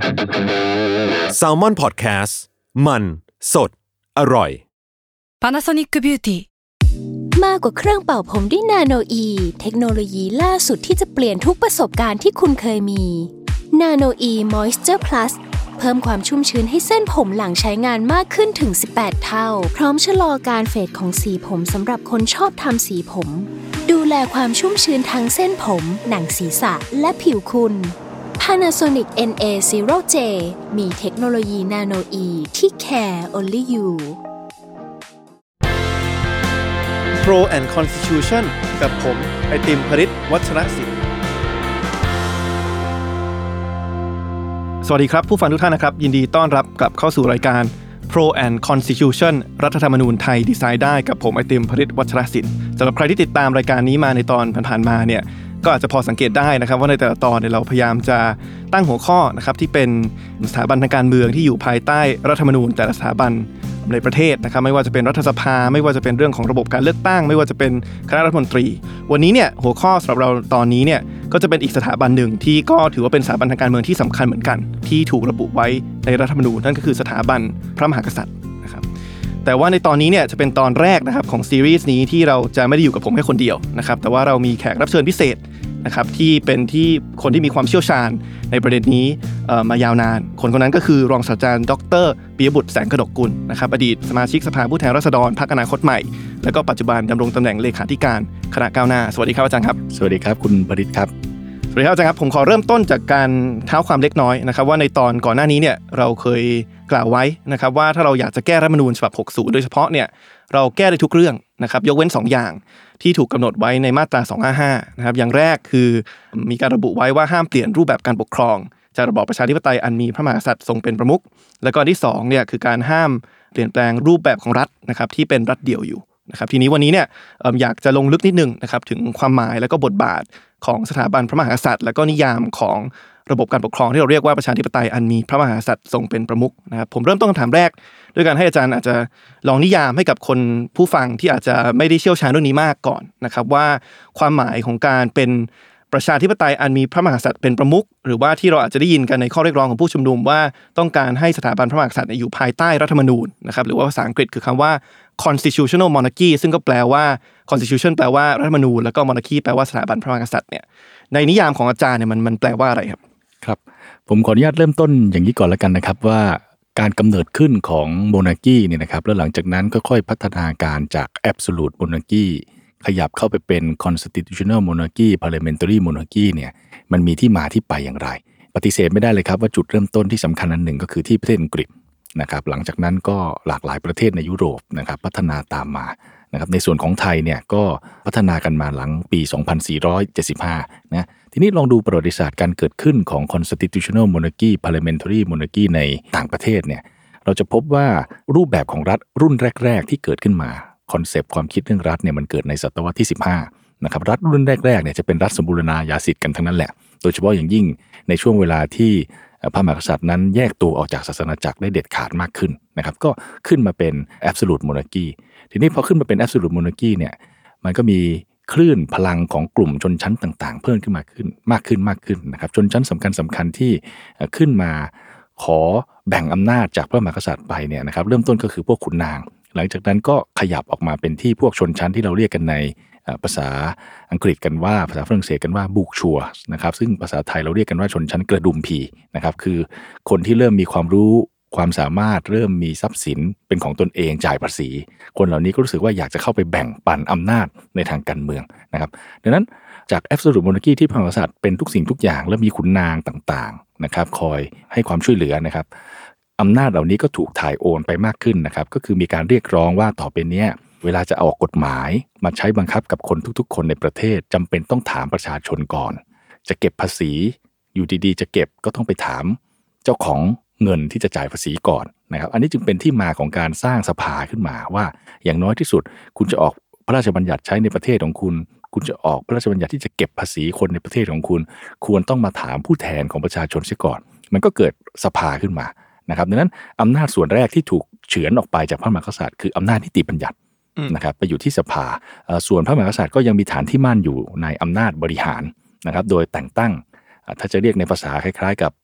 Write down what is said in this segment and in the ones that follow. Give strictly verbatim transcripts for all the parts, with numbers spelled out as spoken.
Salmon Podcast มันสดอร่อย Panasonic Beauty มากกว่าเครื่องเป่าผมด้วยนาโนอีเทคโนโลยีล่าสุดที่จะเปลี่ยนทุกประสบการณ์ที่คุณเคยมีนาโนอี Moisture Plus เพิ่มความชุ่มชื้นให้เส้นผมหลังใช้งานมากขึ้นถึงสิบแปดเท่าพร้อมชะลอการเฟดของสีผมสำหรับคนชอบทำสีผมดูแลความชุ่มชื้นทั้งเส้นผมหนังศีรษะและผิวคุณ Panasonic เอ็น เอ ศูนย์ เจ มีเทคโนโลยีนาโนอีที่ care only you Pro and Constitution กับผมไอติมพฤทธิ์วัชรศิลป์สวัสดีครับผู้ฟังทุกท่านนะครับยินดีต้อนรับกลับเข้าสู่รายการ Pro and Constitution รัฐธรรมนูญไทยดีไซน์ได้กับผมไอติมพฤทธิ์วัชรศิลป์สำหรับใครที่ติดตามรายการนี้มาในตอนผ่านๆมาเนี่ยก็อาจจะพอสังเกตได้นะครับว่าในแต่ละตอนเนี่ยเราพยายามจะตั้งหัวข้อนะครับที่เป็นสถาบันทางการเมืองที่อยู่ภายใต้รัฐธรรมนูญแต่ละสถาบันในประเทศนะครับไม่ว่าจะเป็นรัฐสภาไม่ว่าจะเป็นเรื่องของระบบการเลือกตั้งไม่ว่าจะเป็นคณะรัฐมนตรีวันนี้เนี่ยหัวข้อสำหรับเราตอนนี้เนี่ยก็จะเป็นอีกสถาบันหนึ่งที่ก็ถือว่าเป็นสถาบันทางการเมืองที่สำคัญเหมือนกันที่ถูกระบุไว้ในรัฐธรรมนูญนั่นก็คือสถาบันพระมหากษัตริย์นะครับแต่ว่าในตอนนี้เนี่ยจะเป็นตอนแรกนะครับของซีรีส์นี้ที่เราจะไม่ได้อยู่กับผมแค่คนเดียวนะครับแต่ว่าเรามีแขกรับเชิญพิเศษนะครับที่เป็นที่คนที่มีความเชี่ยวชาญในประเด็นนี้มายาวนานคนคนนั้นก็คือรองศาสตราจารย์ดร.ปิยบุตรแสงกนกกุลนะครับอดีตสมาชิกสภาผู้แทนราษฎรพรรคอนาคตใหม่แล้วก็ปัจจุบันดำรงตำแหน่งเลขาธิการคณะก้าวหน้าสวัสดีครับอาจารย์ครับสวัสดีครับคุณพฤทธิ์ครับสวัสดีครับอาจารย์ครับผมขอเริ่มต้นจากการเท้าความเล็กน้อยนะครับว่าในตอนก่อนหน้านี้เนี่ยเราเคยกล่าวไว้นะครับว่าถ้าเราอยากจะแก้รัฐธรรมนูญฉบับหกสิบโดยเฉพาะเนี่ยเราแก้ได้ทุกเรื่องนะครับยกเว้นสองอย่างที่ถูกกำหนดไว้ในมาตราสองร้อยห้าสิบห้านะครับอย่างแรกคือมีการระบุไว้ว่าห้ามเปลี่ยนรูปแบบการปกครองจากระบอบประชาธิปไตยอันมีพระมหากษัตริย์ทรงเป็นประมุขแล้วก็ที่สองเนี่ยคือการห้ามเปลี่ยนแปลงรูปแบบของรัฐนะครับที่เป็นรัฐเดี่ยวอยู่นะครับทีนี้วันนี้เนี่ยอยากจะลงลึกนิดนึงนะครับถึงความหมายแล้วก็บทบาทของสถาบันพระมหากษัตริย์แล้วก็นิยามของระบบการปกครองที่เราเรียกว่าประชาธิปไตยอันมีพระมหากษัตริย์ทรงเป็นประมุขนะครับผมเริ่มต้นคำถามแรกด้วยการให้อาจารย์อาจจะลองนิยามให้กับคนผู้ฟังที่อาจจะไม่ได้เชี่ยวชาญเรื่องนี้มากก่อนนะครับว่าความหมายของการเป็นประชาธิปไตยอันมีพระมหากษัตริย์เป็นประมุขหรือว่าที่เราอาจจะได้ยินกันในข้อเรียกร้องของผู้ชุมนุมว่าต้องการให้สถาบันพระมหากษัตริย์อยู่ภายใต้รัฐธรรมนูญนะครับหรือว่าภาษาอังกฤษคือคำว่า constitutional monarchy ซึ่งก็แปลว่า constitution แปลว่ารัฐธรรมนูญแล้วก็ monarchy แปลว่าสถาบันพระมหากษัตริย์เนี่ยในนิยามของอาจารย์เนี่ยมันมันแปลว่าอะไรครับครับผมขออนุญาตเริ่มต้นอย่างนี้ก่อนแล้วกันนะครับว่าการกำเนิดขึ้นของโมนาร์คีเนี่ยนะครับแล้วหลังจากนั้นค่อยๆพัฒนาการจาก absolute monarchy ขยับเข้าไปเป็น constitutional monarchy parliamentary monarchy เนี่ยมันมีที่มาที่ไปอย่างไรปฏิเสธไม่ได้เลยครับว่าจุดเริ่มต้นที่สำคัญอันหนึ่งก็คือที่ประเทศอังกฤษนะครับหลังจากนั้นก็หลากหลายประเทศในยุโรปนะครับพัฒนาตามมานะครับในส่วนของไทยเนี่ยก็พัฒนากันมาหลังปีสองพันสี่ร้อยเจ็ดสิบห้านะทีนี้ลองดูประวัติศาสตร์การเกิดขึ้นของ constitutional monarchy parliamentary monarchy ในต่างประเทศเนี่ยเราจะพบว่ารูปแบบของรัฐรุ่นแรกๆที่เกิดขึ้นมาคอนเซปต์ความคิดเรื่องรัฐเนี่ยมันเกิดในศตวรรษที่สิบห้านะครับรัฐรุ่นแรกๆเนี่ยจะเป็นรัฐสมบูรณาญาสิทธิ์กันทั้งนั้นแหละโดยเฉพาะอย่างยิ่งในช่วงเวลาที่พระมหากษัตริย์นั้นแยกตัวออกจากศาสนาจักรได้เด็ดขาดมากขึ้นนะครับก็ขึ้นมาเป็น absolute monarchy ทีนี้พอขึ้นมาเป็น absolute monarchy เนี่ยมันก็มีคลื่นพลังของกลุ่มชนชั้นต่างๆเพิ่มขึ้นมาขึ้นมากขึ้นมากขึ้นนะครับชนชั้นสำคัญสำคัญที่ขึ้นมาขอแบ่งอำนาจจากพระมหากษัตริย์ไปเนี่ยนะครับเริ่มต้นก็คือพวกขุนนางหลังจากนั้นก็ขยับออกมาเป็นที่พวกชนชั้นที่เราเรียกกันในภาษาอังกฤษกันว่าภาษาฝรั่งเศสกันว่าบูกชัวนะครับซึ่งภาษาไทยเราเรียกกันว่าชนชั้นกระดุมพีนะครับคือคนที่เริ่มมีความรู้ความสามารถเริ่มมีทรัพย์สินเป็นของตนเองจ่ายภาษีคนเหล่านี้ก็รู้สึกว่าอยากจะเข้าไปแบ่งปันอำนาจในทางการเมืองนะครับดังนั้นจาก absolute monarchy ที่พระมหากษัตริย์เป็นทุกสิ่งทุกอย่างและมีขุนนางต่างๆนะครับคอยให้ความช่วยเหลือนะครับอำนาจเหล่านี้ก็ถูกถ่ายโอนไปมากขึ้นนะครับก็คือมีการเรียกร้องว่าต่อไปนี้เวลาจะออกกฎหมายมาใช้บังคับกับคนทุกๆคนในประเทศจำเป็นต้องถามประชาชนก่อนจะเก็บภาษีอยู่ดีๆจะเก็บก็ต้องไปถามเจ้าของเงินที่จะจ่ายภาษีก่อนนะครับอันนี้จึงเป็นที่มาของการสร้างสภาขึ้นมาว่าอย่างน้อยที่สุดคุณจะออกพระราชบัญญัติใช้ในประเทศของคุณคุณจะออกพระราชบัญญัติที่จะเก็บภาษีคนในประเทศของคุณควรต้องมาถามผู้แทนของประชาชนเสียก่อนมันก็เกิดสภาขึ้นมานะครับดังนั้นอำนาจส่วนแรกที่ถูกเฉือนออกไปจากพระมหากษัตริย์คืออำนาจนิติบัญญัตินะครับไปอยู่ที่สภาส่วนพระมหากษัตริย์ก็ยังมีฐานที่มั่นอยู่ในอำนาจบริหารนะครับโดยแต่งตั้งถ้าจะเรียกในภาษาคล้ายๆกับ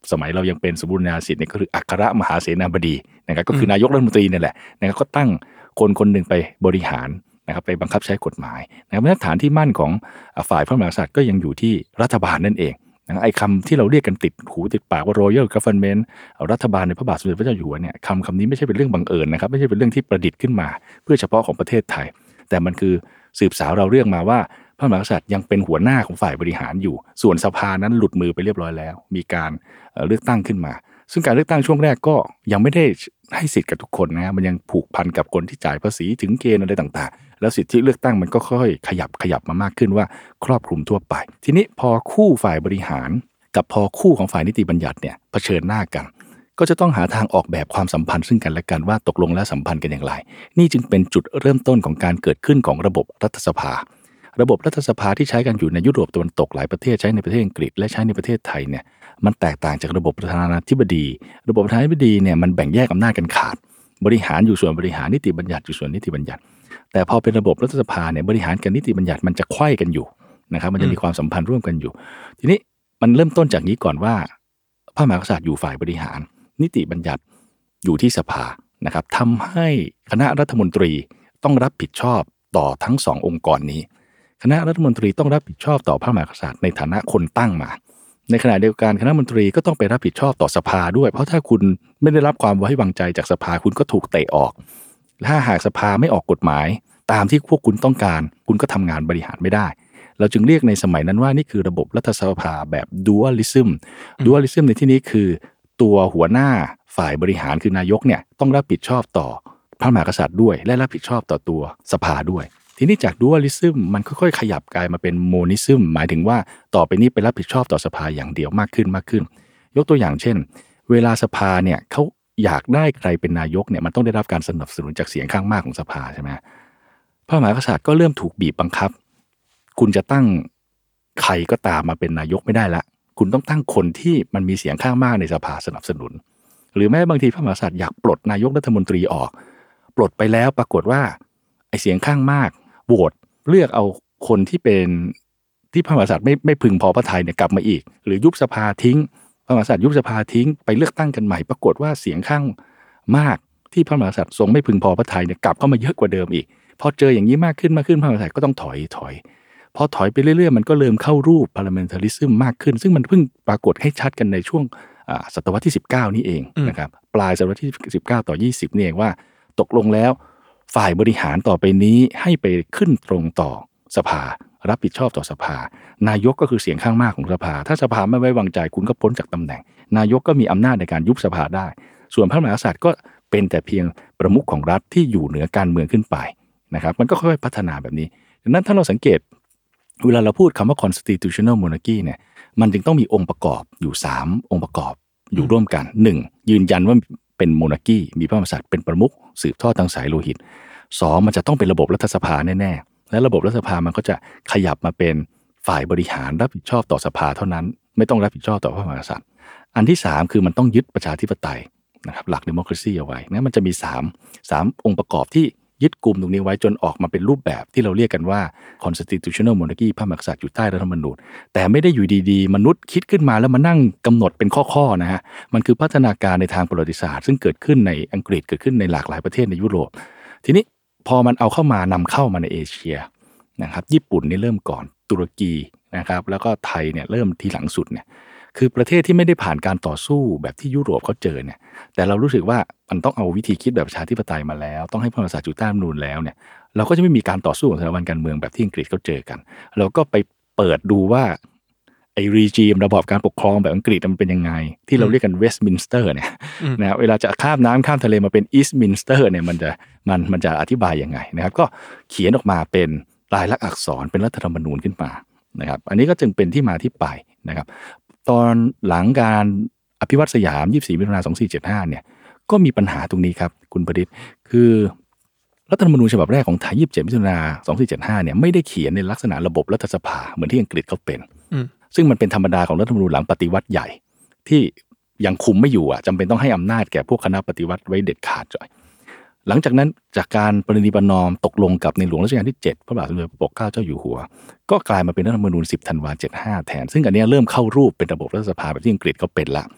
สมัยเรายังเป็นสมบูรณาสิทธิ์เนี่ยก็คืออัครมหาเสนาบดีนะครับก็คือนายกรัฐมนตรีนี่แหละนะครับก็ตั้งคนคนหนึ่งไปบริหารนะครับไปบังคับใช้กฎหมายนะครับมาตรฐานที่มั่นของฝ่ายพระมหากษัตริย์ก็ยังอยู่ที่รัฐบาลนั่นเองนะไอ้คำที่เราเรียกกันติดหูติดปากว่า Royal Government รัฐบาลในพระบาทสมเด็จพระเจ้าอยู่หัวเนี่ยคำคำนี้ไม่ใช่เป็นเรื่องบังเอิญนะครับไม่ใช่เป็นเรื่องที่ประดิษฐ์ขึ้นมาเพื่อเฉพาะของประเทศไทยแต่มันคือสืบสาวเราเรื่องมาว่าพระมหากษัตริย์ยังเป็นหัวหน้าของฝ่ายบริหารอยู่ส่วนสภานั้นหลุดมือไปเรียบร้อยแล้วมีการเลือกตั้งขึ้นมาซึ่งการเลือกตั้งช่วงแรกก็ยังไม่ได้ให้สิทธิ์กับทุกคนนะมันยังผูกพันกับคนที่จ่ายภาษีถึงเกณฑ์อะไรต่างๆแล้วสิทธิเลือกตั้งมันก็ค่อยขยับขยับมามากขึ้นว่าครอบคลุมทั่วไปทีนี้พอคู่ฝ่ายบริหารกับพอคู่ของฝ่ายนิติบัญญัติเนี่ยเผชิญหน้ากันก็จะต้องหาทางออกแบบความสัมพันธ์ซึ่งกันและกันว่าตกลงและสัมพันธ์กันอย่างไรนี่จึงเป็นจุดเริ่มต้นของการเกิดขึ้นของระบบรัฐสภาระบบรัฐสภาที่ใช้กันอยู่ในยุโรปตะวันตกหลายประเทศใช้ในประเทศอังกฤษและใช้ในประเทศไทยเนี่ยมันแตกต่างจากระบบประธานาธิบดีระบบประธานาธิบดีเนี่ยมันแบ่งแยกอำนาจกันขาดบริหารอยู่ส่วนบริหารนิติบัญญัติอยู่ส่วนนิติบัญญัติแต่พอเป็นระบบรัฐสภาเนี่ยบริหารกับนิติบัญญัติมันจะไขว้กันอยู่นะครับมันจะมีความสัมพันธ์ร่วมกันอยู่ทีนี้มันเริ่มต้นจากนี้ก่อนว่าพระมหากษัตริย์อยู่ฝ่ายบริหารนิติบัญญัติอยู่ที่สภานะครับทำให้คณะรัฐมนตรีต้องรับผิดชอบต่อทั้งสององค์กรนี้คณะรัฐมนตรีต้องรับผิดชอบต่อพระมหากษัตริย์ในฐานะคนตั้งมาในขณะเดียวกันคณะรัฐมนตรีก็ต้องไปรับผิดชอบต่อสภาด้วยเพราะถ้าคุณไม่ได้รับความไว้วางใจจากสภาคุณก็ถูกเตะออกถ้าหากสภาไม่ออกกฎหมายตามที่พวกคุณต้องการคุณก็ทำงานบริหารไม่ได้เราจึงเรียกในสมัยนั้นว่านี่คือระบบรัฐสภาแบบ dualism dualism ในที่นี้คือตัวหัวหน้าฝ่ายบริหารคือนายกเนี่ยต้องรับผิดชอบต่อพระมหากษัตริย์ด้วยและรับผิดชอบต่อตัวสภาด้วยทีนี้จาก dualism มันค่อยๆขยับกลายมาเป็น monism หมายถึงว่าต่อไปนี้ไปรับผิดชอบต่อสภาอย่างเดียวมากขึ้นมากขึ้นยกตัวอย่างเช่นเวลาสภาเนี่ยเขาอยากได้ใครเป็นนายกเนี่ยมันต้องได้รับการสนับสนุนจากเสียงข้างมากของสภาใช่ไหมพระมหากษัตริย์ก็เริ่มถูกบีบบังคับคุณจะตั้งใครก็ตามมาเป็นนายกไม่ได้ละคุณต้องตั้งคนที่มันมีเสียงข้างมากในสภาสนับสนุนหรือแม้บางทีพระมหากษัตริย์อยากปลดนายกรัฐมนตรีออกปลดไปแล้วปรากฏว่าไอ้เสียงข้างมากโหวตเลือกเอาคนที่เป็นที่พระมหากษัตริย์ไม่ไม่พึงพอพระทัยเนี่ยกลับมาอีกหรือยุบสภาทิ้งพระมหากษัตริย์ยุบสภาทิ้งไปเลือกตั้งกันใหม่ปรากฏว่าเสียงข้างมากที่พระมหากษัตริย์ทรงไม่พึงพอพระทัยเนี่ยกลับเข้ามาเยอะกว่าเดิมอีกพอเจออย่างนี้มากขึ้นมากขึ้นพระมหากษัตริย์ก็ต้องถอยถอยพอถอยไปเรื่อยๆมันก็เริ่มเข้ารูป parliamentarism มากขึ้นซึ่งมันเพิ่งปรากฏให้ชัดกันในช่วงศตวรรษที่สิบเก้านี่เองนะครับปลายศตวรรษที่สิบเก้าต่อยี่สิบนี่เองว่าตกลงแล้วฝ่ายบริหารต่อไปนี้ให้ไปขึ้นตรงต่อสภารับผิดชอบต่อสภานายกก็คือเสียงข้างมากของสภาถ้าสภาไม่ไว้วางใจคุณก็พ้นจากตำแหน่งนายกก็มีอำนาจในการยุบสภาได้ส่วนพระมหากษัตริย์ก็เป็นแต่เพียงประมุขของรัฐที่อยู่เหนือการเมืองขึ้นไปนะครับมันก็ค่อยๆพัฒนาแบบนี้ดังนั้นถ้าเราสังเกตเวลาเราพูดคำว่า constitutional monarchy เนี่ยมันจึงต้องมีองค์ประกอบอยู่สามองค์ประกอบอยู่ร่วมกันหนึ่งยืนยันว่าเป็นโมนาร์คีมีพระมหากษัตริย์เป็นประมุขสืบทอดทางสายโลหิตสองมันจะต้องเป็นระบบรัฐสภาแน่ๆและระบบรัฐสภามันก็จะขยับมาเป็นฝ่ายบริหารรับผิดชอบต่อสภาเท่านั้นไม่ต้องรับผิดชอบต่อพระมหากษัตริย์อันที่สามคือมันต้องยึดประชาธิปไตยนะครับหลัก democracy เอาไว้นะมันจะมีสาม สามองค์ประกอบที่ยึดกลุ่มตรงนี้ไว้จนออกมาเป็นรูปแบบที่เราเรียกกันว่า constitutional monarchy พระมหากษัตริย์อยู่ใต้รัฐธรรมนูญแต่ไม่ได้อยู่ดีๆมนุษย์คิดขึ้นมาแล้วมานั่งกำหนดเป็นข้อๆนะฮะมันคือพัฒนาการในทางประวัติศาสตร์ซึ่งเกิดขึ้นในอังกฤษเกิดขึ้นในหลากหลายประเทศในยุโรปทีนี้พอมันเอาเข้ามานำเข้ามาในเอเชียนะครับญี่ปุ่นนี่เริ่มก่อนตุรกีนะครับแล้วก็ไทยเนี่ยเริ่มทีหลังสุดเนี่ยคือประเทศที่ไม่ได้ผ่านการต่อสู้แบบที่ยุโรปเขาเจอเนี่ยแต่เรารู้สึกว่ามันต้องเอาวิธีคิดแบบประชาธิปไตยมาแล้วต้องให้พระมหากษัตริย์อยู่ใต้รัฐธรรมนูญแล้วเนี่ยเราก็จะไม่มีการต่อสู้ของสถาบันการเมืองแบบที่อังกฤษเขาเจอกันเราก็ไปเปิดดูว่าไอ้รีจีมระบอบการปกครองแบบอังกฤษมันเป็นยังไงที่เราเรียกกันเวสต์มินสเตอร์เนี่ยนะเวลาจะข้ามน้ำข้ามทะเลมาเป็นอีสต์มินสเตอร์เนี่ยมันจะมันมันจะอธิบายยังไงนะครับก็เขียนออกมาเป็นลายลักษณ์อักษรเป็นรัฐธรรมนูญขึ้นมานะครับอันนี้ก็จึงเป็นที่มาที่ไปนะครับตอนหลังการอภิวัตสยามยี่สิบสี่มิถุนายนสองพันสี่ร้อยเจ็ดสิบห้าเนี่ยก็มีปัญหาตรงนี้ครับคุณประดิษฐ์คือรัฐธรรมนูญฉบับแรกของไทยยี่สิบเจ็ดมิถุนายนสองพันสี่ร้อยเจ็ดสิบห้าเนี่ยไม่ได้เขียนในลักษณะระบบรัฐสภาเหมือนที่อังกฤษเขาเป็นซึ่งมันเป็นธรรมดาของรัฐธรรมนูญหลังปฏิวัติใหญ่ที่ยังคุมไม่อยู่อ่ะจำเป็นต้องให้อำนาจแก่พวกคณะปฏิวัติไว้เด็ดขาดจ่อยหลังจากนั้นจากการประนีประนอมตกลงกับในหลวงรัชกาลที่เจ็ดพระบาทสมเด็จพระปกเกล้าเจ้าอยู่หัวก็กลายมาเป็นรัฐธรรมนูญสิบธันวาคมเจ็ดสิบห้าแทนซึ่งอันนี้เริ่มเข้ารูปเป็นระบบรัฐสภาแบบที่อังกฤษเขาเป็นละ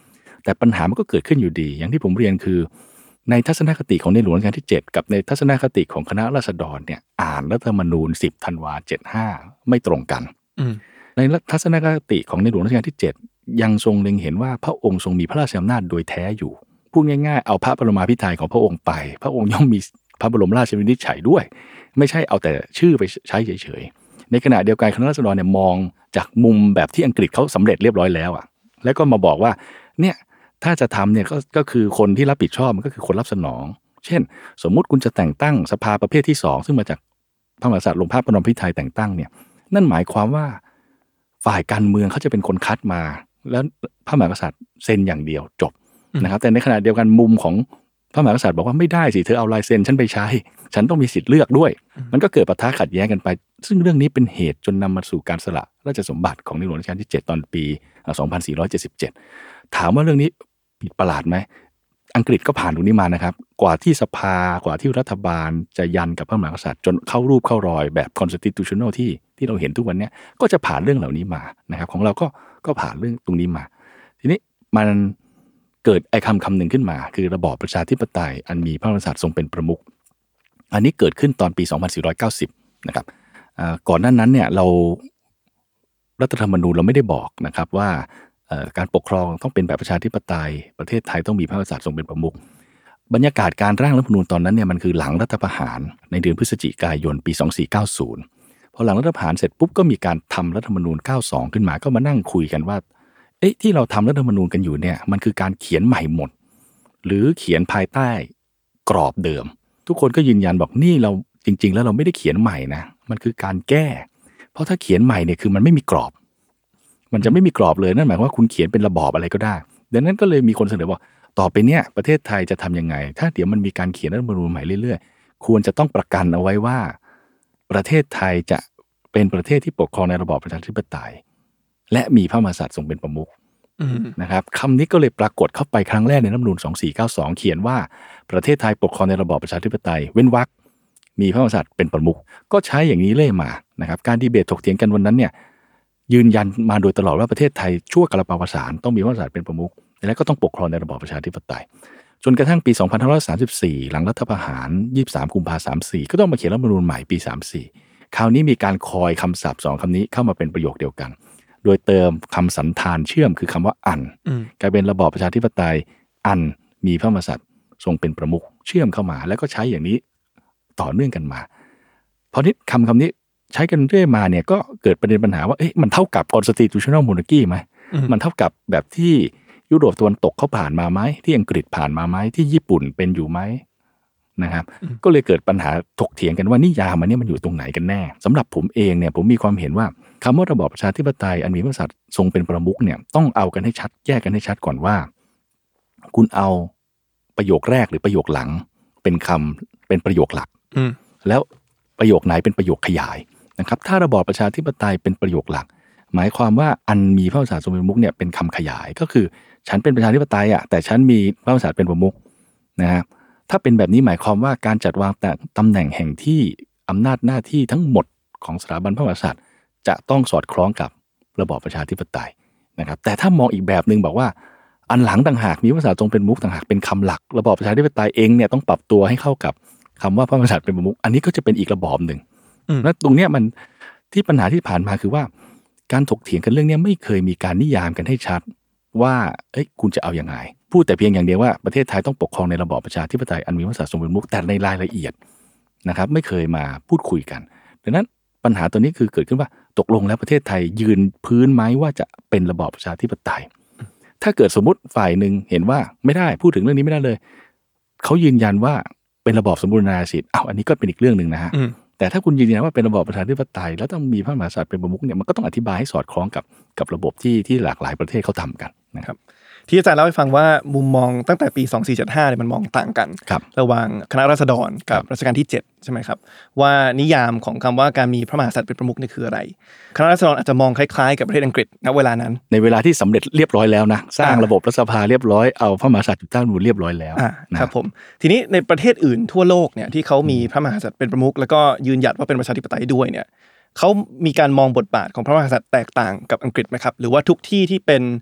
แต่ปัญหามันก็เกิดขึ้นอยู่ดีอย่างที่ผมเรียนคือในทัศนคติของในหลวงรัชกาลที่เจ็ดกับในทัศนคติของคณะราษฎรเนี่ยอ่านรัฐธรรมนูญสิบธันวาเจ็ดสิบห้าไม่ตรงกันในทัศนคติของในหลวงรัชกาลที่เจ็ดยังทรงเล็งเห็นว่าพระองค์ทรงมีพระราชอำนาจโดยแท้อยู่พูดง่ายๆเอาพระปรมาภิไธยของพระองค์ไปพระองค์ย่อมมีพระบรมราชวินิจฉัยด้วยไม่ใช่เอาแต่ชื่อไปใช้เฉยๆในขณะเดียวกันคณะราษฎรเนี่ยมองจากมุมแบบที่อังกฤษเขาสำเร็จเรียบร้อยแล้วอ่ะแล้วก็มาบอกว่าเนี่ยถ้าจะทำเนี่ยก็ก็คือคนที่รับผิดชอบมันก็คือคนรับสนองเช่นสมมุติคุณจะแต่งตั้งสภาประเภทที่สองซึ่งมาจากพระมหากษัตริย์ลงพระบรมพิไธยแต่งตั้งเนี่ยนั่นหมายความว่าฝ่ายการเมืองเขาจะเป็นคนคัดมาแล้วพระมหากษัตริย์เซ็นอย่างเดียวจบนะครับแต่ในขณะเดียวกันมุมของพระมหากษัตริย์บอกว่าไม่ได้สิเธอเอาลายเซ็นฉันไปใช้ฉันต้องมีสิทธิ์เลือกด้วยมันก็เกิดปะทะขัดแย้งกันไปซึ่งเรื่องนี้เป็นเหตุจนนำมาสู่การสละราชสมบัติของในหลวงรัชกาลที่เจ็ดตอนปีสองพันสี่ร้อยเจ็ดสิบเจ็ดถามว่าเรื่องนี้ผิดประหลาดไหมอังกฤษก็ผ่านตรงนี้มานะครับกว่าที่สภากว่าที่รัฐบาลจะยันกับพระมหากษัตริย์จนเข้ารูปเข้ารอยแบบ constitutional ที่ที่เราเห็นทุกวันนี้ก็จะผ่านเรื่องเหล่านี้มานะครับของเราก็ก็ผ่านเรื่องตรงนี้มาทีนี้มันเกิดไอ้คำคำหนึ่งขึ้นมาคือระบอบประชาธิปไตยอันมีพระมหากษัตริย์ทรงเป็นประมุขอันนี้เกิดขึ้นตอนปีสองพันสี่ร้อยเก้าสิบนะครับก่อนหน้านั้นเนี่ยเรารัฐธรรมนูญเราไม่ได้บอกนะครับว่าการปกครองต้องเป็นแบบประชาธิปไตยประเทศไทยต้องมีพระมหากษัตริย์ทรงเป็นประมุขบรรยากาศการร่างรัฐธรรมนูญตอนนั้นเนี่ยมันคือหลังรัฐประหารในเดือนพฤศจิกายนปีสองพันสี่ร้อยเก้าสิบพอหลังรัฐประหารเสร็จปุ๊บก็มีการทำรัฐธรรมนูญเก้าสิบสองขึ้นมาก็มานั่งคุยกันว่าเอ๊ะที่เราทำรัฐธรรมนูญกันอยู่เนี่ยมันคือการเขียนใหม่หมดหรือเขียนภายใต้กรอบเดิมทุกคนก็ยืนยันบอกนี่เราจริงๆแล้วเราไม่ได้เขียนใหม่นะมันคือการแก้เพราะถ้าเขียนใหม่เนี่ยคือมันไม่มีกรอบมันจะไม่มีกรอบเลยนั่นหมายความว่าคุณเขียนเป็นระบอบอะไรก็ได้ดังนั้นก็เลยมีคนเสนอว่าต่อไปเนี่ยประเทศไทยจะทำยังไงถ้าเดี๋ยวมันมีการเขียนรัฐธรรมนูญใหม่เรื่อยๆควรจะต้องประกันเอาไว้ว่าประเทศไทยจะเป็นประเทศที่ปกครองในระบอบประชาธิปไตยและมีพระมหากษัตริย์ทรงเป็นประมุขนะครับคำนี้ก็เลยปรากฏเข้าไปครั้งแรกในรัฐธรรมนูญสองพันสี่ร้อยเก้าสิบสองเขียนว่าประเทศไทยปกครองในระบอบประชาธิปไตยเว้นวรรคมีพระมหากษัตริย์เป็นประมุขก็ใช้อย่างนี้เรื่อยมานะครับการดีเบตถกเถียงกันวันนั้นเนี่ยยืนยันมาโดยตลอดว่าประเทศไทยชั่วกาลปวสานต้องมีพระมหากษัตริย์เป็นประมุขและก็ต้องปกครองในระบอบประชาธิปไตยจนกระทั่งปีสองพันห้าร้อยสามสิบสี่หลังรัฐประหารยี่สิบสามกุมภาพันธ์สามสิบสี่ก็ต้องมาเขียนรัฐธรรมนูญใหม่ปีสามสิบสี่คราวนี้มีการคอยคำศัพท์สองคำนี้เข้ามาเป็นประโยคเดียวกันโดยเติมคำสันธานเชื่อมคือคำว่าอันกลายเป็นระบอบประชาธิปไตยอันมีพระมหากษัตริย์ทรงเป็นประมุขเชื่อมเข้ามาแล้วก็ใช้อย่างนี้ต่อเนื่องกันมาพอนี้คำคำนี้ใช้กันเรื่อยมาเนี่ยก็เกิดประเด็นปัญหาว่าเอ๊ะมันเท่ากับ constitutional monarchy ไหมมันเท่ากับแบบที่ยุโรปตะวันตกเขาผ่านมาไหมที่อังกฤษผ่านมาไหมที่ญี่ปุ่นเป็นอยู่ไหมนะครับก็เลยเกิดปัญหาถกเถียงกันว่านิยามมันเนี่ยมันอยู่ตรงไหนกันแน่สำหรับผมเองเนี่ยผมมีความเห็นว่าคำว่าระบอบประชาธิปไตยอันมีพระมหากษัตริย์ทรงเป็นประมุขเนี่ยต้องเอากันให้ชัดแยกกันให้ชัดก่อนว่าคุณเอาประโยคแรกหรือประโยคหลังเป็นคำเป็นประโยคหลักแล้วประโยคไหนเป็นประโยคขยายนะครับถ้าระบอบประชาธิปไตยเป็นประโยคหลักหมายความว่าอันมีพระมหากษัตริย์ทรงเป็นประมุขเนี่ยเป็นคำขยายก็คือฉันเป็นประชาธิปไตยอ่ะแต่ฉันมีพระมหากษัตริย์เป็นประมุขนะครับถ้าเป็นแบบนี้หมายความว่าการจัดวางแต่ตำแหน่งแห่งที่อำนาจหน้าที่ทั้งหมดของสถาบันพระมหากษัตริย์จะต้องสอดคล้องกับระบอบประชาธิปไตยนะครับแต่ถ้ามองอีกแบบนึงบอกว่าอันหลังต่างหากมีพระมหากษัตริย์ทรงเป็นประมุขต่างหากเป็นคำหลักระบอบประชาธิปไตยเองเนี่ยต้องปรับตัวให้เข้ากับคำว่าพระมหากษัตริย์เป็นประมุขอันนี้ก็จะเป็นอีกระบอบหนึ่งและตรงเนี้ยมันที่ปัญหาที่ผ่านมาคือว่าการถกเถียงกันเรื่องนี้ไม่เคยมีการนิยามกันให้ชัดว่าเอ้ยคุณจะเอาอย่างไรพูดแต่เพียงอย่างเดียวว่าประเทศไทยต้องปกครองในระบอบประชาธิปไตยอันมีพระมหากษัตริย์ทรงเป็นประมุขแต่ในรายละเอียดนะครับไม่เคยมาพูดคุยกันดังนั้นปัญหาตัวนี้คือเกิดขึ้นว่าตกลงแล้วประเทศไทยยืนพื้นไหมว่าจะเป็นระบอบประชาธิปไตยถ้าเกิดสมมุติฝ่ายหนึ่งเห็นว่าไม่ได้พูดถึงเรื่องนี้ไม่ได้เลยเขายืนยันว่าเป็นระบอบสมบูรณาญาสิทธิ์อ้าวอันนี้ก็เป็นอีกเรื่องนึงนะฮะแต่ถ้าคุณยืนยันว่าเป็นระบอบประชาธิปไตยแล้วต้องมีพระมหากษัตริย์เป็นประมุขเนี่ยมันก็ต้องอธิบายให้สอดคล้องกับกับระบบที่ที่หลากหลายประเทศเขาทำกันนะครับที่อาจารย์เล่าให้ฟังว่ามุมมองตั้งแต่ปีสองพันสี่ร้อยเจ็ดสิบห้าเนี่ยมันมองต่างกันระหว่างคณะราษฎรกับรัชกาลที่เจ็ดใช่ไหมครับว่านิยามของคำว่าการมีพระมหากษัตริย์เป็นประมุขนี่คืออะไรคณะราษฎรอาจจะมองคล้ายๆกับประเทศอังกฤษณเวลานั้นในเวลาที่สำเร็จเรียบร้อยแล้วนะสร้างระบบรัฐสภาเรียบร้อยเอาพระมหากษัตริย์อยู่ใต้รัฐธรรมนูญเรียบร้อยแล้วครับผมทีนี้ในประเทศอื่นทั่วโลกเนี่ยที่เขามีพระมหากษัตริย์เป็นประมุขแล้วก็ยืนหยัดว่าเป็นประชาธิปไตยด้วยเนี่ยเขามีการมองบทบาทของพระมหากษัตริย์แตกต่างกับอังกฤษไหมครับหรือว่าทุกที่ที่เป็น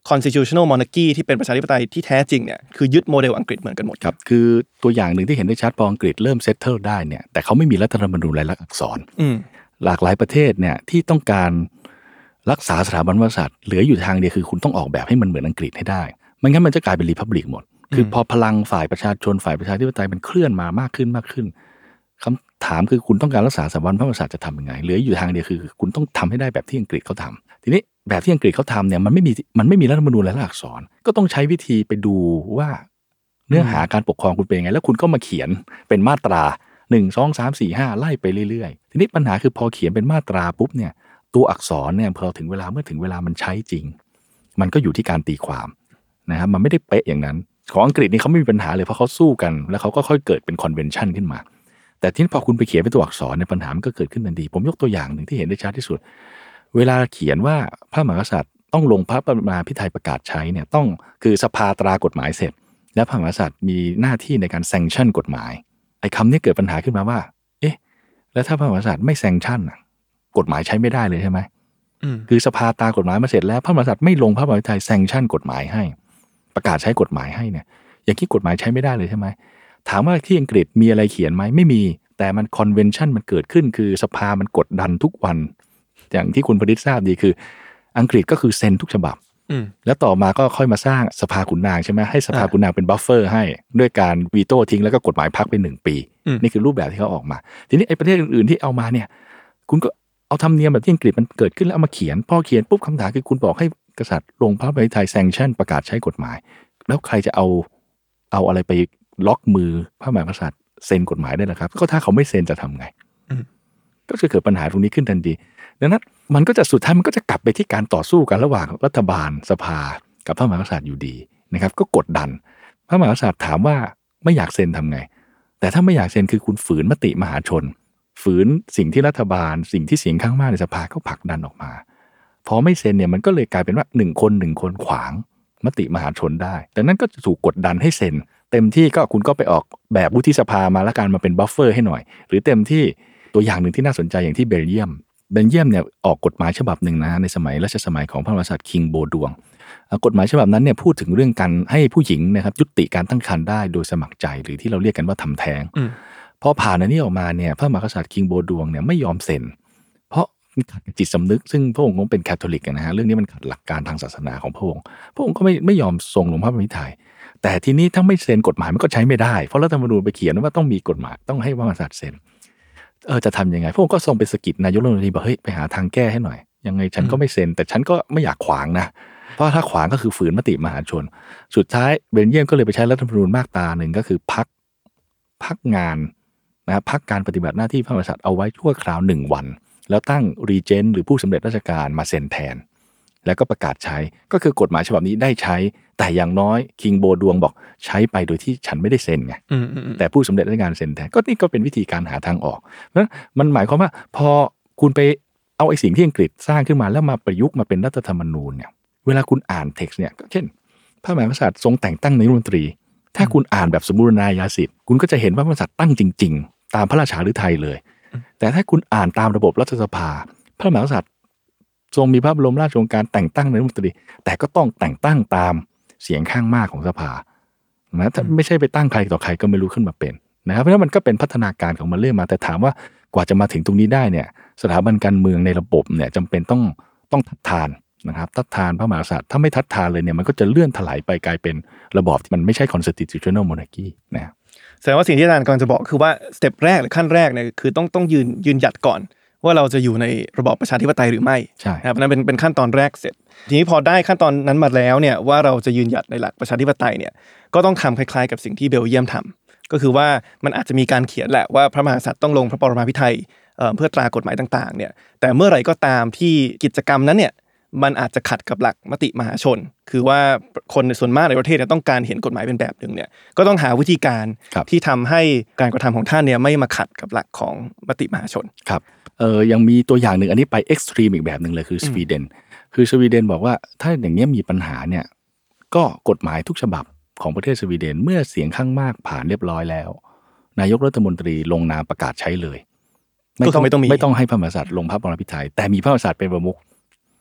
constitutional monarchy ที่เป็นประชาธิปไตยที่แท้จริงเนี่ยคือยึดโมเดลอังกฤษเหมือนกันหมดครับคือตัวอย่างหนึ่งที่เห็นได้ชัดพออังกฤษเริ่มเซตเทิลได้เนี่ยแต่เขาไม่มีรัฐธรรมนูญรายลักษณ์อักษรหลากหลายประเทศเนี่ยที่ต้องการรักษาสถาบันพระมหากษัตริย์เหลืออยู่ทางเดียวคือคุณต้องออกแบบให้มันเหมือนอังกฤษให้ได้ไม่งั้นมันจะกลายเป็นรีพับลิกหมดคือพอพลังฝ่ายประชาชนฝ่ายประชาธิปไตยมันเคลื่อนมามากขึ้นมากขึ้นคำถามคือคุณต้องการรักษาสถาบันพระมหากษัตริย์จะทำยังไงเหลืออยู่ทางเดียวคือคุณต้องทำให้ได้แบบที่อังกฤษเขาทำทีนี้แบบที่อังกฤษเขาทำเนี่ยมันไม่มีมันไม่มีรัฐธรรมนูญรายลักษณ์อักษรก็ต้องใช้วิธีไปดูว่าเนื้อหาการปกครองคุณเป็นยังไงแล้วคุณก็มาเขียนเป็นมาตราหนึ่ง สอง สาม สี่ ห้าไล่ไปเรื่อยๆทีนี้ปัญหาคือพอเขียนเป็นมาตราปุ๊บเนี่ยตัวอักษรเนี่ยพอถึงเวลาเมื่อถึงเวลามันใช้จริงมันก็อยู่ที่การตีความนะครับมันไม่ได้เป๊ะอย่างนั้นของอังกฤษนี่เขาไม่มีปัญหาเลยเพราะเขาสู้กันแล้วเขาก็ค่อยเกิดเป็นคอนเวนชั่นขึ้นมาแต่ที่พอคุณไปเขียนเป็นตัวอักษรในปัญหามันก็เกิดขึ้นทันทีผมยกตัวอย่างหนึ่งที่เห็นได้ชัดที่สุดเวลาเขียนว่าพระมหากษัตริย์ต้องลงพระบรมพิไทยประกาศใช้เนี่ยต้องคือสภาตรากฎหมายเสร็จและพระมหากษัตริย์มีหน้าที่ในการแซงชั่นกฎหมายไอ้คำนี้เกิดปัญหาขึ้นมาว่าเอ๊ะแล้วถ้าพระมหากษัตริย์ไม่แซงชั่นกฎหมายใช้ไม่ได้เลยใช่ไหมคือสภาตรากฎหมายมาเสร็จแล้วพระมหากษัตริย์ไม่ลงพระบรมพิไทยแซงชั่นกฎหมายให้ประกาศใช้กฎหมายให้เนี่ยอย่างที่กฎหมายใช้ไม่ได้เลยใช่ไหมถามว่าที่อังกฤษมีอะไรเขียนไหมไม่มีแต่มันคอนเวนชั่นมันเกิดขึ้นคือสภามันกดดันทุกวันอย่างที่คุณพดิษฐ์ทราบดีคืออังกฤษก็คือเซ็นทุกฉบับแล้วต่อมาก็ค่อยมาสร้างสภาขุนนางใช่ไหมให้สภาขุนนางเป็นบัฟเฟอร์ให้ด้วยการวีโต้ทิ้งแล้วก็กฎหมายพักไปหนึ่งปีนี่คือรูปแบบที่เขาออกมาทีนี้ไอ้ประเทศอื่นๆที่เอามาเนี่ยคุณก็เอาธรรมเนียมแบบที่อังกฤษมันเกิดขึ้นแล้วเอามาเขียนพอเขียนปุ๊บคำถามคือคุณบอกให้กษัตริย์ลงพระบรมพิไทยแซงชั่นประกาศใช้กฎหมายแล้วใครจะเอาเอาอะไรไปล็อกมือพระมหากษัตริย์เซ็นกฎหมายได้นะครับก็ถ้าเขาไม่เซ็นจะทำไงก็จะเกิดปัญหาตรงนี้ขึ้นทันทีดังนั้นมันก็จะสุดท้ายมันก็จะกลับไปที่การต่อสู้กันระหว่างรัฐบาลสภากับพระมหากษัตริย์อยู่ดีนะครับก็กดดันพระมหากษัตริย์ถามว่าไม่อยากเซ็นทำไงแต่ถ้าไม่อยากเซ็นคือคุณฝืนมติมหาชนฝืนสิ่งที่รัฐบาลสิ่งที่เสียงข้างมากในสภาเขาผลักดันออกมาพอไม่เซ็นเนี่ยมันก็เลยกลายเป็นว่าหนึ่งคนหนึ่งคนขวางมติมหาชนได้ดังนั้นก็จะถูกกดดันให้เซ็นเต็มที่ก็คุณก็ไปออกแบบวุฒิสภามาแล้วการมาเป็นบัฟเฟอร์ให้หน่อยหรือเต็มที่ตัวอย่างหนึ่งที่น่าสนใจอย่างที่เบลเยียมเบลเยียมเนี่ยออกกฎหมายฉบับหนึ่งนะในสมัยรัชสมัยของพระมหากษัตริย์คิงโบดวงกฎหมายฉบับนั้นเนี่ยพูดถึงเรื่องการให้ผู้หญิงนะครับยุติการตั้งครรภ์ได้โดยสมัครใจหรือที่เราเรียกกันว่าทำแท้งพอผ่านอันนี้ออกมาเนี่ยพระมหากษัตริย์คิงโบดวงเนี่ยไม่ยอมเซ็นเพราะมันขัดกับจิตสำนึกซึ่งพระองค์เป็นแคทอลิกนะฮะเรื่องนี้มันขัดหลักการทางศาสนาของพระองค์พระองค์ก็ไม่ไม่ยอมทรงลงพระบรมพิไทยแต่ทีนี้ถ้าไม่เซ็นกฎหมายมันก็ใช้ไม่ได้เพราะรัฐธรรมนูญไปเขียนว่าต้องมีกฎหมายต้องให้พระมหากษัตริย์เซ็นเออจะทำยังไงพระองค์ก็ทรงไปสกิดนายกรัฐมนตรีบอกเฮ้ยไปหาทางแก้ให้หน่อยยังไงฉันก็ไม่เซ็นแต่ฉันก็ไม่อยากขวางนะเพราะถ้าขวางก็คือฝืนมติมหาชนสุดท้ายเบลเยียมก็เลยไปใช้รัฐธรรมนูญมาตราหนึ่งก็คือพักพักงานนะพักการปฏิบัติหน้าที่พระมหากษัตริย์เอาไว้ชั่วคราวหนึ่งวันแล้วตั้งรีเจนต์หรือผู้สำเร็จราชการมาเซ็นแทนแล้วก็ประกาศใช้ก็คือกฎหมายฉบับนี้ได้ใช้แต่อย่างน้อยคิงโบดวงบอกใช้ไปโดยที่ฉันไม่ได้เซ็นไงแต่ผู้สำเร็จราชการเซ็นแทนก็นี่ก็เป็นวิธีการหาทางออกเพราะมันหมายความว่าพอคุณไปเอาไอ้สิ่งที่อังกฤษสร้างขึ้นมาแล้วมาประยุกต์มาเป็นรัฐธรรมนูญเนี่ยเวลาคุณอ่านเท็กซ์เนี่ยเช่นพระมหากษัตริย์ทรงแต่งตั้งนายกรัฐมนตรีถ้าคุณอ่านแบบสมบูรณาญาสิทธิ์คุณก็จะเห็นว่าพระมหากษัตริย์ตั้งจริงๆตามพระราชาฤทัยเลยแต่ถ้าคุณอ่านตามระบบรัฐสภาพระมหากษัตริย์ทรงมีพระบรมราชโองการแต่งตั้งนายกรัฐมนตรีแต่ก็ต้องแต่งตั้งตามเสียงข้างมากของสภานะถ้าไม่ใช่ไปตั้งใครต่อใครก็ไม่รู้ขึ้นมาเป็นนะครับเพราะฉะนั้นมันก็เป็นพัฒนาการของมันเรื่อยมาแต่ถามว่ากว่าจะมาถึงตรงนี้ได้เนี่ยสถาบันการเมืองในระบบเนี่ยจำเป็นต้องต้องทัดทานนะครับทัดทานพระมหากษัตริย์ถ้าไม่ทัดทานเลยเนี่ยมันก็จะเลื่อนถลายไปกลายเป็นระบอบที่มันไม่ใช่ constitutional monarchy นะแสดงว่าสิ่งที่อาจารย์กำลังจะบอกคือว่าสเต็ปแรกหรือขั้นแรกเนี่ยคือต้องต้องยืนยืนหยัดก่อนว่าเราจะอยู่ในระบอบประชาธิปไตยหรือไม่ใช่ครับนั่นเป็นเป็นขั้นตอนแรกเสร็จทีนี้พอได้ขั้นตอนนั้นมาแล้วเนี่ยว่าเราจะยืนหยัดในหลักประชาธิปไตยเนี่ยก็ต้องทำคล้ายๆกับสิ่งที่เบลเยียมทำก็คือว่ามันอาจจะมีการเขียนแหละว่าพระมหากษัตริย์ต้องลงพระปรมาภิไธยเอ่อเพื่อตรากฎหมายต่างๆเนี่ยแต่เมื่อไหร่ก็ตามที่กิจกรรมนั้นเนี่ยมันอาจจะขัดกับหลักมติมหาชนคือว่าคนในส่วนมากในประเทศเนี่ยต้องการเห็นกฎหมายเป็นแบบนึงเนี่ยก็ต้องหาวิธีการที่ทำให้การกระทำของท่านเนี่ยไม่มาขัดกับหลักของมติมหาชนครับเออยังมีตัวอย่างหนึ่งอันนี้ไปเอ็กซ์ตรีมอีกแบบหนึ่งเลยคือสวีเดนคือสวีเดนบอกว่าถ้าอย่างนี้มีปัญหาเนี่ยก็กฎหมายทุกฉบับของประเทศสวีเดนเมื่อเสียงข้างมากผ่านเรียบร้อยแล้วนายกรัฐมนตรีลงนามประกาศใช้เลยไม่ต้องไม่ต้องไม่ต้องให้พระมหากษัตริย์ลงพระบรมพิไธยแต่มีพระมหากษัตริย์เป็นประมุข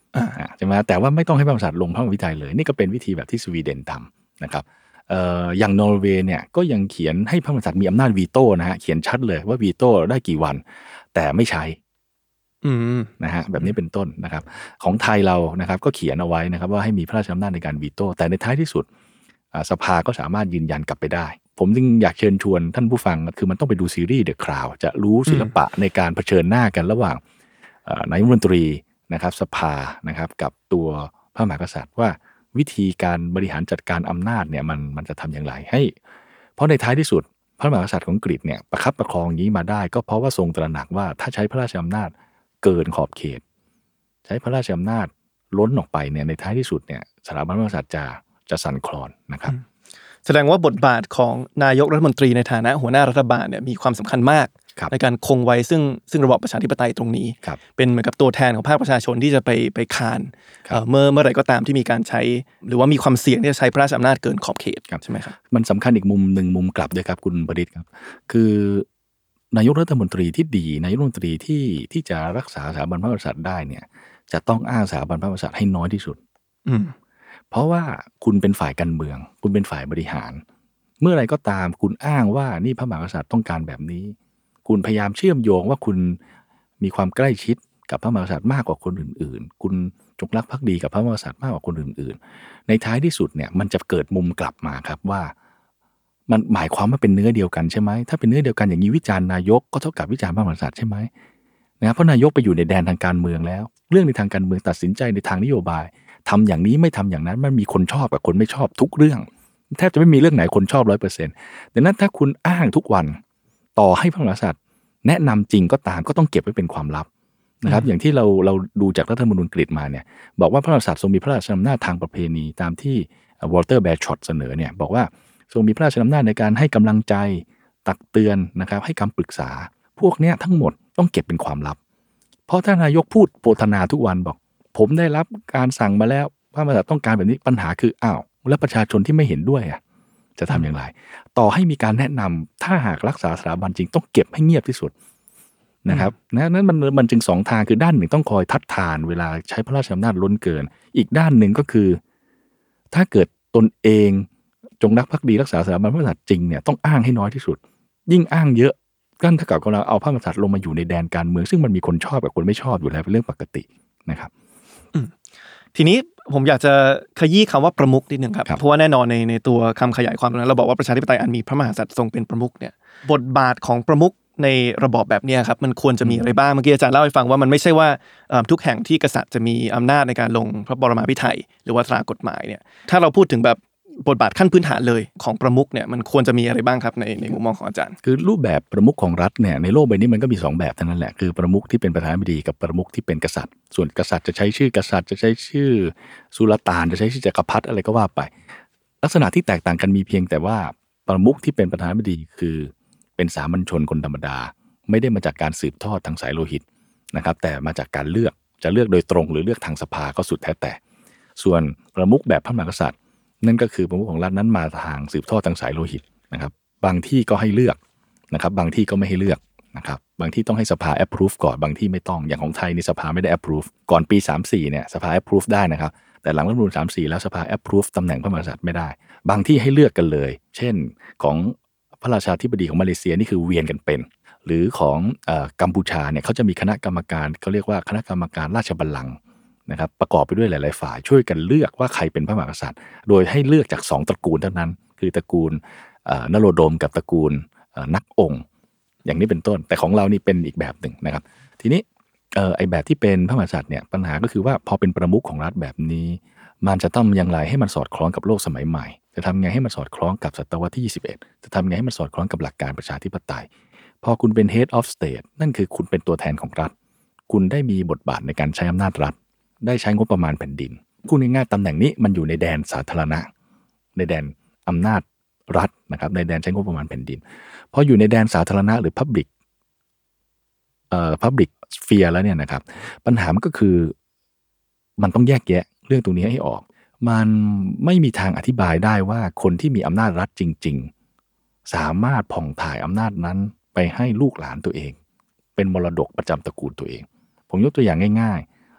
ใช่ไหมแต่ว่าไม่ต้องให้พระมหากษัตริย์ลงพระวิจัยเลยนี่ก็เป็นวิธีแบบที่สวีเดนทำนะครับเอ่ออย่างนอร์เวย์เนี่ยก็ยังเขียนให้พระมหากษัตริย์มีอำนาจวีโต้นะฮะเขียนชัดเลยว่าวีโต้ได้กี่วันแต่ไม่ใช้นะฮะแบบนี้เป็นต้นนะครับของไทยเรานะครับก็เขียนเอาไว้นะครับว่าให้มีพระราชอำนาจในการวีโต้แต่ในท้ายที่สุดสภาก็สามารถยืนยันกลับไปได้ผมจึงอยากเชิญชวนท่านผู้ฟังคือมันต้องไปดูซีรีส์ The Crown จะรู้ศิลปะในการเผชิญหน้ากันระหว่างนายกรัฐมนตรีนะครับสภานะครับกับตัวพระมหากษัตริย์ว่าวิธีการบริหารจัดการอำนาจเนี่ยมันมันจะทำอย่างไรให้เพราะในท้ายที่สุดพระมหากษัตริย์ของอังกฤษเนี่ยประคับประคองอย่างนี้มาได้ก็เพราะว่าทรงตระหนักว่าถ้าใช้พระราชอำนาจเกินขอบเขตใช้พระราชอำนาจล้นออกไปเนี่ยในท้ายที่สุดเนี่ยสถาบันพระมหากษัตริย์จะจะสั่นคลอนนะครับแสดงว่าบทบาทของนายกรัฐมนตรีในฐานะหัวหน้ารัฐบาลเนี่ยมีความสำคัญมากในการคงไว้ซึ่งซึ่งระบอบประชาธิปไตยตรงนี้เป็นเหมือนกับตัวแทนของภาคประชาชนที่จะไปไปคานเมื่อเมื่อไหร่ก็ตามที่มีการใช้หรือว่ามีความเสี่ยงที่จะใช้พระราชอำนาจเกินขอบเขตใช่ไหมครับมันสำคัญอีกมุมหนึ่งมุมกลับด้วยครับคุณประดิษฐ์ครับคือนายกรัฐมนตรีที่ดีนายกรัฐมนตรีที่ที่จะรักษาสถาบันพระมหากษัตริย์ได้เนี่ยจะต้องอ้างสถาบันพระมหากษัตริย์ให้น้อยที่สุดเพราะว่าคุณเป็นฝ่ายการเมืองคุณเป็นฝ่ายบริหารเมื่อไรก็ตามคุณอ้างว่านี่พระมหากษัตริย์ต้องการแบบนี้คุณพยายามเชื่อมโยงว่าคุณมีความใกล้ชิดกับพระมหากษัตริย์มากกว่าคนอื่นๆคุณจงรักภักดีกับพระมหากษัตริย์มากกว่าคนอื่นๆในท้ายที่สุดเนี่ยมันจะเกิดมุมกลับมาครับว่ามันหมายความว่าเป็นเนื้อเดียวกันใช่ไหมถ้าเป็นเนื้อเดียวกันอย่างนี้วิจารณ์นายกก็เท่ากับวิจารณ์พระมหากษัตริย์ใช่ไหมนะเพราะนายกไปอยู่ในแดนทางการเมืองแล้วเรื่องในทางการเมืองตัดสินใจในทางนโยบายทำอย่างนี้ไม่ทำอย่างนั้นมันมีคนชอบกับคนไม่ชอบทุกเรื่องแทบจะไม่มีเรื่องไหนคนชอบ ร้อยเปอร์เซ็นต์ ดังนั้นถ้าคุณอ้างทุกวันต่อให้พระมหากษัตริย์แนะนำจริงก็ตามก็ต้องเก็บไว้เป็นความลับนะครับอย่างที่เราเราดูจากรัฐธรรมนูญอังกฤษมาเนี่ยบอกว่าพระมหากษัตริย์ทรงมีพระราชอำนาจทางประเพณีตามที่วอลเตอร์แบร์ช็อตเสนอเนี่ยบอกว่าทรงมีพระราชอำนาจในการให้กำลังใจตักเตือนนะครับให้คำปรึกษาพวกเนี้ยทั้งหมดต้องเก็บเป็นความลับเพราะถ้านายกพูดโพธนาทุกวันบอกผมได้รับการสั่งมาแล้วพระมหากษัตริย์ต้องการแบบนี้ปัญหาคืออ้าวแล้วประชาชนที่ไม่เห็นด้วยอ่ะจะทำอย่างไรต่อให้มีการแนะนำถ้าหากรักษาสถาบันจริงต้องเก็บให้เงียบที่สุดนะครับนะนั้นมันมันจึงสองทางคือด้านหนึ่งต้องคอยทัดทานเวลาใช้พระราชอำนาจล้นเกินอีกด้านหนึ่งก็คือถ้าเกิดตนเองจงรักภักดีรักษาสถาบันพระมหากษัตริย์จริงเนี่ยต้องอ้างให้น้อยที่สุดยิ่งอ้างเยอะก็เท่ากับเราเอาพระมหากษัตริย์ลงมาอยู่ในแดนการเมืองซึ่งมันมีคนชอบกับคนไม่ชอบอยู่แล้วเป็นเรื่องปกตินะครับทีนี้ผมอยากจะขยี้คำว่าประมุขนิดนึงครับเพราะว่าแน่นอนในในตัวคำขยายความตรงนั้นเราบอกว่าประชาธิปไตยอันมีพระมหากษัตริย์ทรงเป็นประมุขเนี่ยบทบาทของประมุขในระบอบแบบนี้ครับมันควรจะมีอะไรบ้างเมื่อกี้อาจารย์เล่าให้ฟังว่ามันไม่ใช่ว่าทุกแห่งที่กษัตริย์จะมีอำนาจในการลงพระบรมาภิไธยหรือว่าตรากฎหมายเนี่ยถ้าเราพูดถึงแบบบทบาทขั้นพื้นฐานเลยของประมุขเนี่ยมันควรจะมีอะไรบ้างครับในในมุมมองของอาจารย์คือรูปแบบประมุขของรัฐเนี่ยในโลกใบนี้มันก็มีสองแบบเท่านั้นแหละคือประมุขที่เป็นประธานาธิบดีกับประมุขที่เป็นกษัตริย์ส่วนกษัตริย์จะใช้ชื่อกษัตริย์จะใช้ชื่อสุลต่านจะใช้ชื่อจักรพรรดิอะไรก็ว่าไปลักษณะที่แตกต่างกันมีเพียงแต่ว่าประมุขที่เป็นประธานาธิบดีคือเป็นสามัญชนคนธรรมดาไม่ได้มาจากการสืบทอดทางสายโลหิตนะครับแต่มาจากการเลือกจะเลือกโดยตรงหรือเลือกทางสภาก็สุดแท้แต่ส่วนประมุขแบบพระมหากษัตริย์นั่นก็คือประมุขของรัฐนั้นมาทางสืบทอดทางสายโลหิตนะครับบางที่ก็ให้เลือกนะครับบางที่ก็ไม่ให้เลือกนะครับบางที่ต้องให้สภา approve ก่อนบางที่ไม่ต้องอย่างของไทยในสภาไม่ได้ approve ก่อนปีสามสิบสี่เนี่ยสภา approve ได้นะครับแต่หลังรัฐธรรมนูญสามสิบสี่แล้วสภา approve ตำแหน่งพระมหากษัตริย์ไม่ได้บางที่ให้เลือกกันเลยเช่นของพระราชาธิบดีของมาเลเซียนี่คือเวียนกันเป็นหรือของเอ่อกัมพูชาเนี่ยเขาจะมีคณะกรรมการเขาเรียกว่าคณะกรรมการราชบัลลังก์นะครับประกอบไปด้วยหลายๆฝ่ายช่วยกันเลือกว่าใครเป็นพระมหากษัตริย์โดยให้เลือกจากสองตระกูลเท่านั้นคือตระกูลนโรดมกับตระกูลนักองค์อย่างนี้เป็นต้นแต่ของเรานี่เป็นอีกแบบหนึ่งนะครับทีนี้เอ่อไอแบบที่เป็นพระมหากษัตริย์เนี่ยปัญหาก็คือว่าพอเป็นประมุขของรัฐแบบนี้มันจะต้องอย่างไรให้มันสอดคล้องกับโลกสมัยใหม่จะทำไงให้มันสอดคล้องกับศตวรรษที่ยี่สิบเอ็ดจะทำไงให้มันสอดคล้องกับหลักการประชาธิปไตยพอคุณเป็น head of state นั่นคือคุณเป็นตัวแทนของรัฐคุณได้มีบทบาทในการใช้อำนาจรัฐได้ใช้งบประมาณแผ่นดินพูดง่ายๆตำแหน่งนี้มันอยู่ในแดนสาธารณะในแดนอำนาจรัฐนะครับในแดนใช้งบประมาณแผ่นดินพออยู่ในแดนสาธารณะหรือ public เอ่อ public sphere แล้วเนี่ยนะครับปัญหามันก็คือมันต้องแยกแยะเรื่องตรงนี้ให้ออกมันไม่มีทางอธิบายได้ว่าคนที่มีอำนาจรัฐจริงๆสามารถผ่องถ่ายอำนาจนั้นไปให้ลูกหลานตัวเองเป็นมรดกประจำตระกูลตัวเองผมยกตัวอย่างง่าย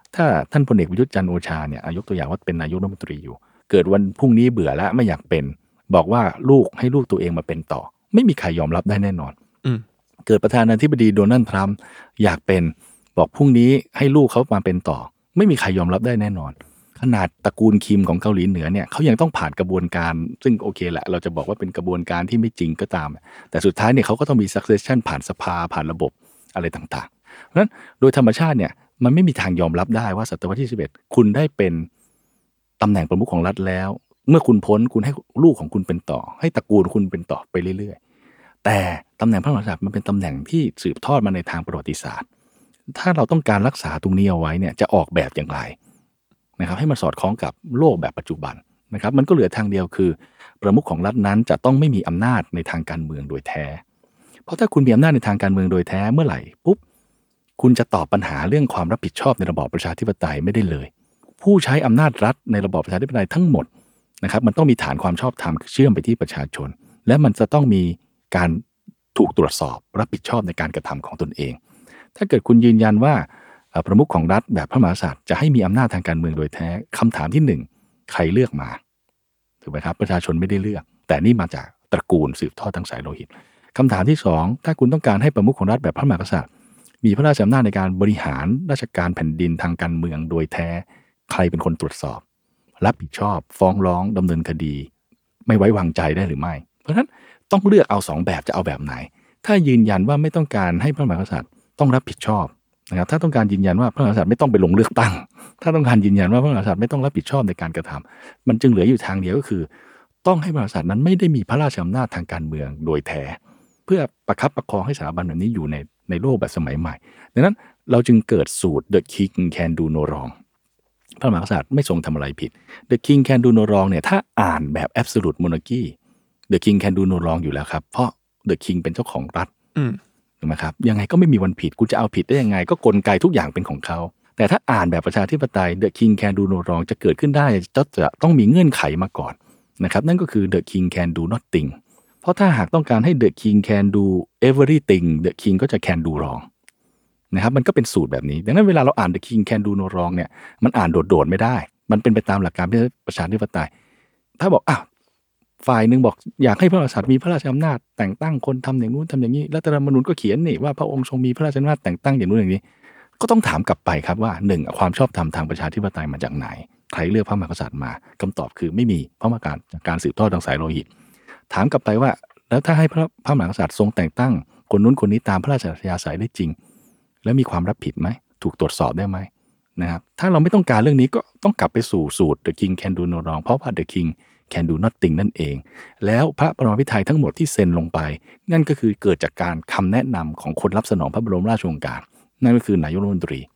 ถ้าท่านพลเอกประยุทธ์จันทร์โอชาเนี่ยยกตัวอย่างว่าเป็นนายกรัฐมนตรีอยู่เกิดวันพรุ่งนี้เบื่อแล้วไม่อยากเป็นบอกว่าลูกให้ลูกตัวเองมาเป็นต่อไม่มีใครยอมรับได้แน่นอนเกิดประธานาธิบดีโดนัลด์ทรัมป์อยากเป็นบอกพรุ่งนี้ให้ลูกเขามาเป็นต่อไม่มีใครยอมรับได้แน่นอนขนาดตระกูลคิมของเกาหลีเหนือเนี่ยเขายังต้องผ่านกระบวนการซึ่งโอเคแหละเราจะบอกว่าเป็นกระบวนการที่ไม่จริงก็ตามแต่สุดท้ายเนี่ยเขาก็ต้องมี succession ผ่านสภาผ่านระบบอะไรต่างๆเพราะฉะนั้นโดยธรรมชาติเนี่ยมันไม่มีทางยอมรับได้ว่าศตวรรษที่สิบเอ็ดคุณได้เป็นตำแหน่งประมุขของรัฐแล้วเมื่อคุณพ้นคุณให้ลูกของคุณเป็นต่อให้ตระกูลคุณเป็นต่อไปเรื่อยๆแต่ตำแหน่งพระมหากษัตริย์มันเป็นตำแหน่งที่สืบทอดมาในทางประวัติศาสตร์ถ้าเราต้องการรักษาตรงนี้เอาไว้เนี่ยจะออกแบบอย่างไรนะครับให้มันสอดคล้องกับโลกแบบปัจจุบันนะครับมันก็เหลือทางเดียวคือประมุขของรัฐนั้นจะต้องไม่มีอำนาจในทางการเมืองโดยแท้เพราะถ้าคุณมีอำนาจในทางการเมืองโดยแท้เมื่อไหร่ปุ๊บคุณจะตอบปัญหาเรื่องความรับผิดชอบในระบอบประชาธิปไตยไม่ได้เลยผู้ใช้อำนาจรัฐในระบอบประชาธิปไตยทั้งหมดนะครับมันต้องมีฐานความชอบธรรมเชื่อมไปที่ประชาชนและมันจะต้องมีการถูกตรวจสอบรับผิดชอบในการกระทำของตนเองถ้าเกิดคุณยืนยันว่าประมุขของรัฐแบบพระมหากษัตริย์จะให้มีอำนาจทางการเมืองโดยแท้คำถามที่หนึ่งใครเลือกมาถูกไหมครับประชาชนไม่ได้เลือกแต่นี่มาจากตระกูลสืบทอดทางสายโลหิตคำถามที่สองถ้าคุณต้องการให้ประมุขของรัฐแบบพระมหากษัตริย์มีพระราชอำนาจในการบริหารราชการแผ่นดินทางการเมืองโดยแท้ใครเป็นคนตรวจสอบรับผิดชอบฟ้องร้องดำเนินคดีไม่ไว้วางใจได้หรือไม่เพราะฉะนั้นต้องเลือกเอาสองแบบจะเอาแบบไหนถ้ายืนยันว่าไม่ต้องการให้พระมหากษัตริย์ต้องรับผิดชอบนะครับถ้าต้องการยืนยันว่าพระมหากษัตริย์ไม่ต้องไปลงเลือกตั้งถ้าต้องการยืนยันว่าพระมหากษัตริย์ไม่ต้องรับผิดชอบในการกระทำมันจึงเหลืออยู่ทางเดียวก็คือต้องให้พระมหากษัตริย์นั้นไม่ได้มีพระราชอำนาจทางการเมืองโดยแท้เพื่อประคับประคองให้สถาบันแบบนี้อยู่ในในโลกแบบสมัยใหม่ดังนั้นเราจึงเกิดสูตร The King Can Do No Wrong พระมหากษัตริย์ไม่ทรงทำอะไรผิด The King Can Do No Wrong เนี่ยถ้าอ่านแบบ Absolute Monarchy The King Can Do No Wrong อยู่แล้วครับเพราะ The King เป็นเจ้าของรัฐถูกไหมครับยังไงก็ไม่มีวันผิดคุณจะเอาผิดได้ยังไงก็กลไกทุกอย่างเป็นของเขาแต่ถ้าอ่านแบบประชาธิปไตย The King Can Do No Wrong จะเกิดขึ้นได้จะจะต้องมีเงื่อนไขมาก่อนนะครับนั่นก็คือ The King Can Do Nothing เพราะถ้าหากต้องการให้ The King Can Do Everything The King ก็จะ Can Do Wrong นะครับมันก็เป็นสูตรแบบนี้ดังนั้นเวลาเราอ่าน The King Can Do No Wrong เนี่ยมันอ่านโดดๆไม่ได้มันเป็นไปตามหลักการประชาธิปไตยถ้าบอกอ้าวฝ่ายหนึ่งบอกอยากให้พระมหากษัตริย์มีพระราชอำนาจแต่งตั้งคนทำอย่างนู้นทำอย่างนี้รัฐธรรมนูญก็เขียนนี่ว่าพระองค์ทรงมีพระราชอำนาจแต่งตั้งอย่างนู้นอย่างนี้ก็ต้องถามกลับไปครับว่าหนึ่งความชอบธรรมทางประชาธิปไตยมาจากไหนใครเลือกพระมหากษัตริย์มาคำตอบคือไม่มีเพราะมาการจากการสืบทอดทางสายโลหิตถามกลับไปว่าแล้วถ้าให้พระพระมหากษัตริย์ทรงแต่งตั้งคนนู้นคนนี้ตามพระราชอัธยาศัยได้จริงแล้วมีความรับผิดไหมถูกตรวจสอบได้ไหมนะครับถ้าเราไม่ต้องการเรื่องนี้ก็ต้องกลับไปสู่สูตร The King Can Do No Wrong เพราะว่า The King Can Do Nothing นั่นเองแล้วพระปรมาภิไธยทั้งหมดที่เซ็นลงไปนั่นก็คือเกิดจากการคำแนะนำของคนรับสนองพระบรมราชโองการนั่นก็คือนายกรัฐมนตรี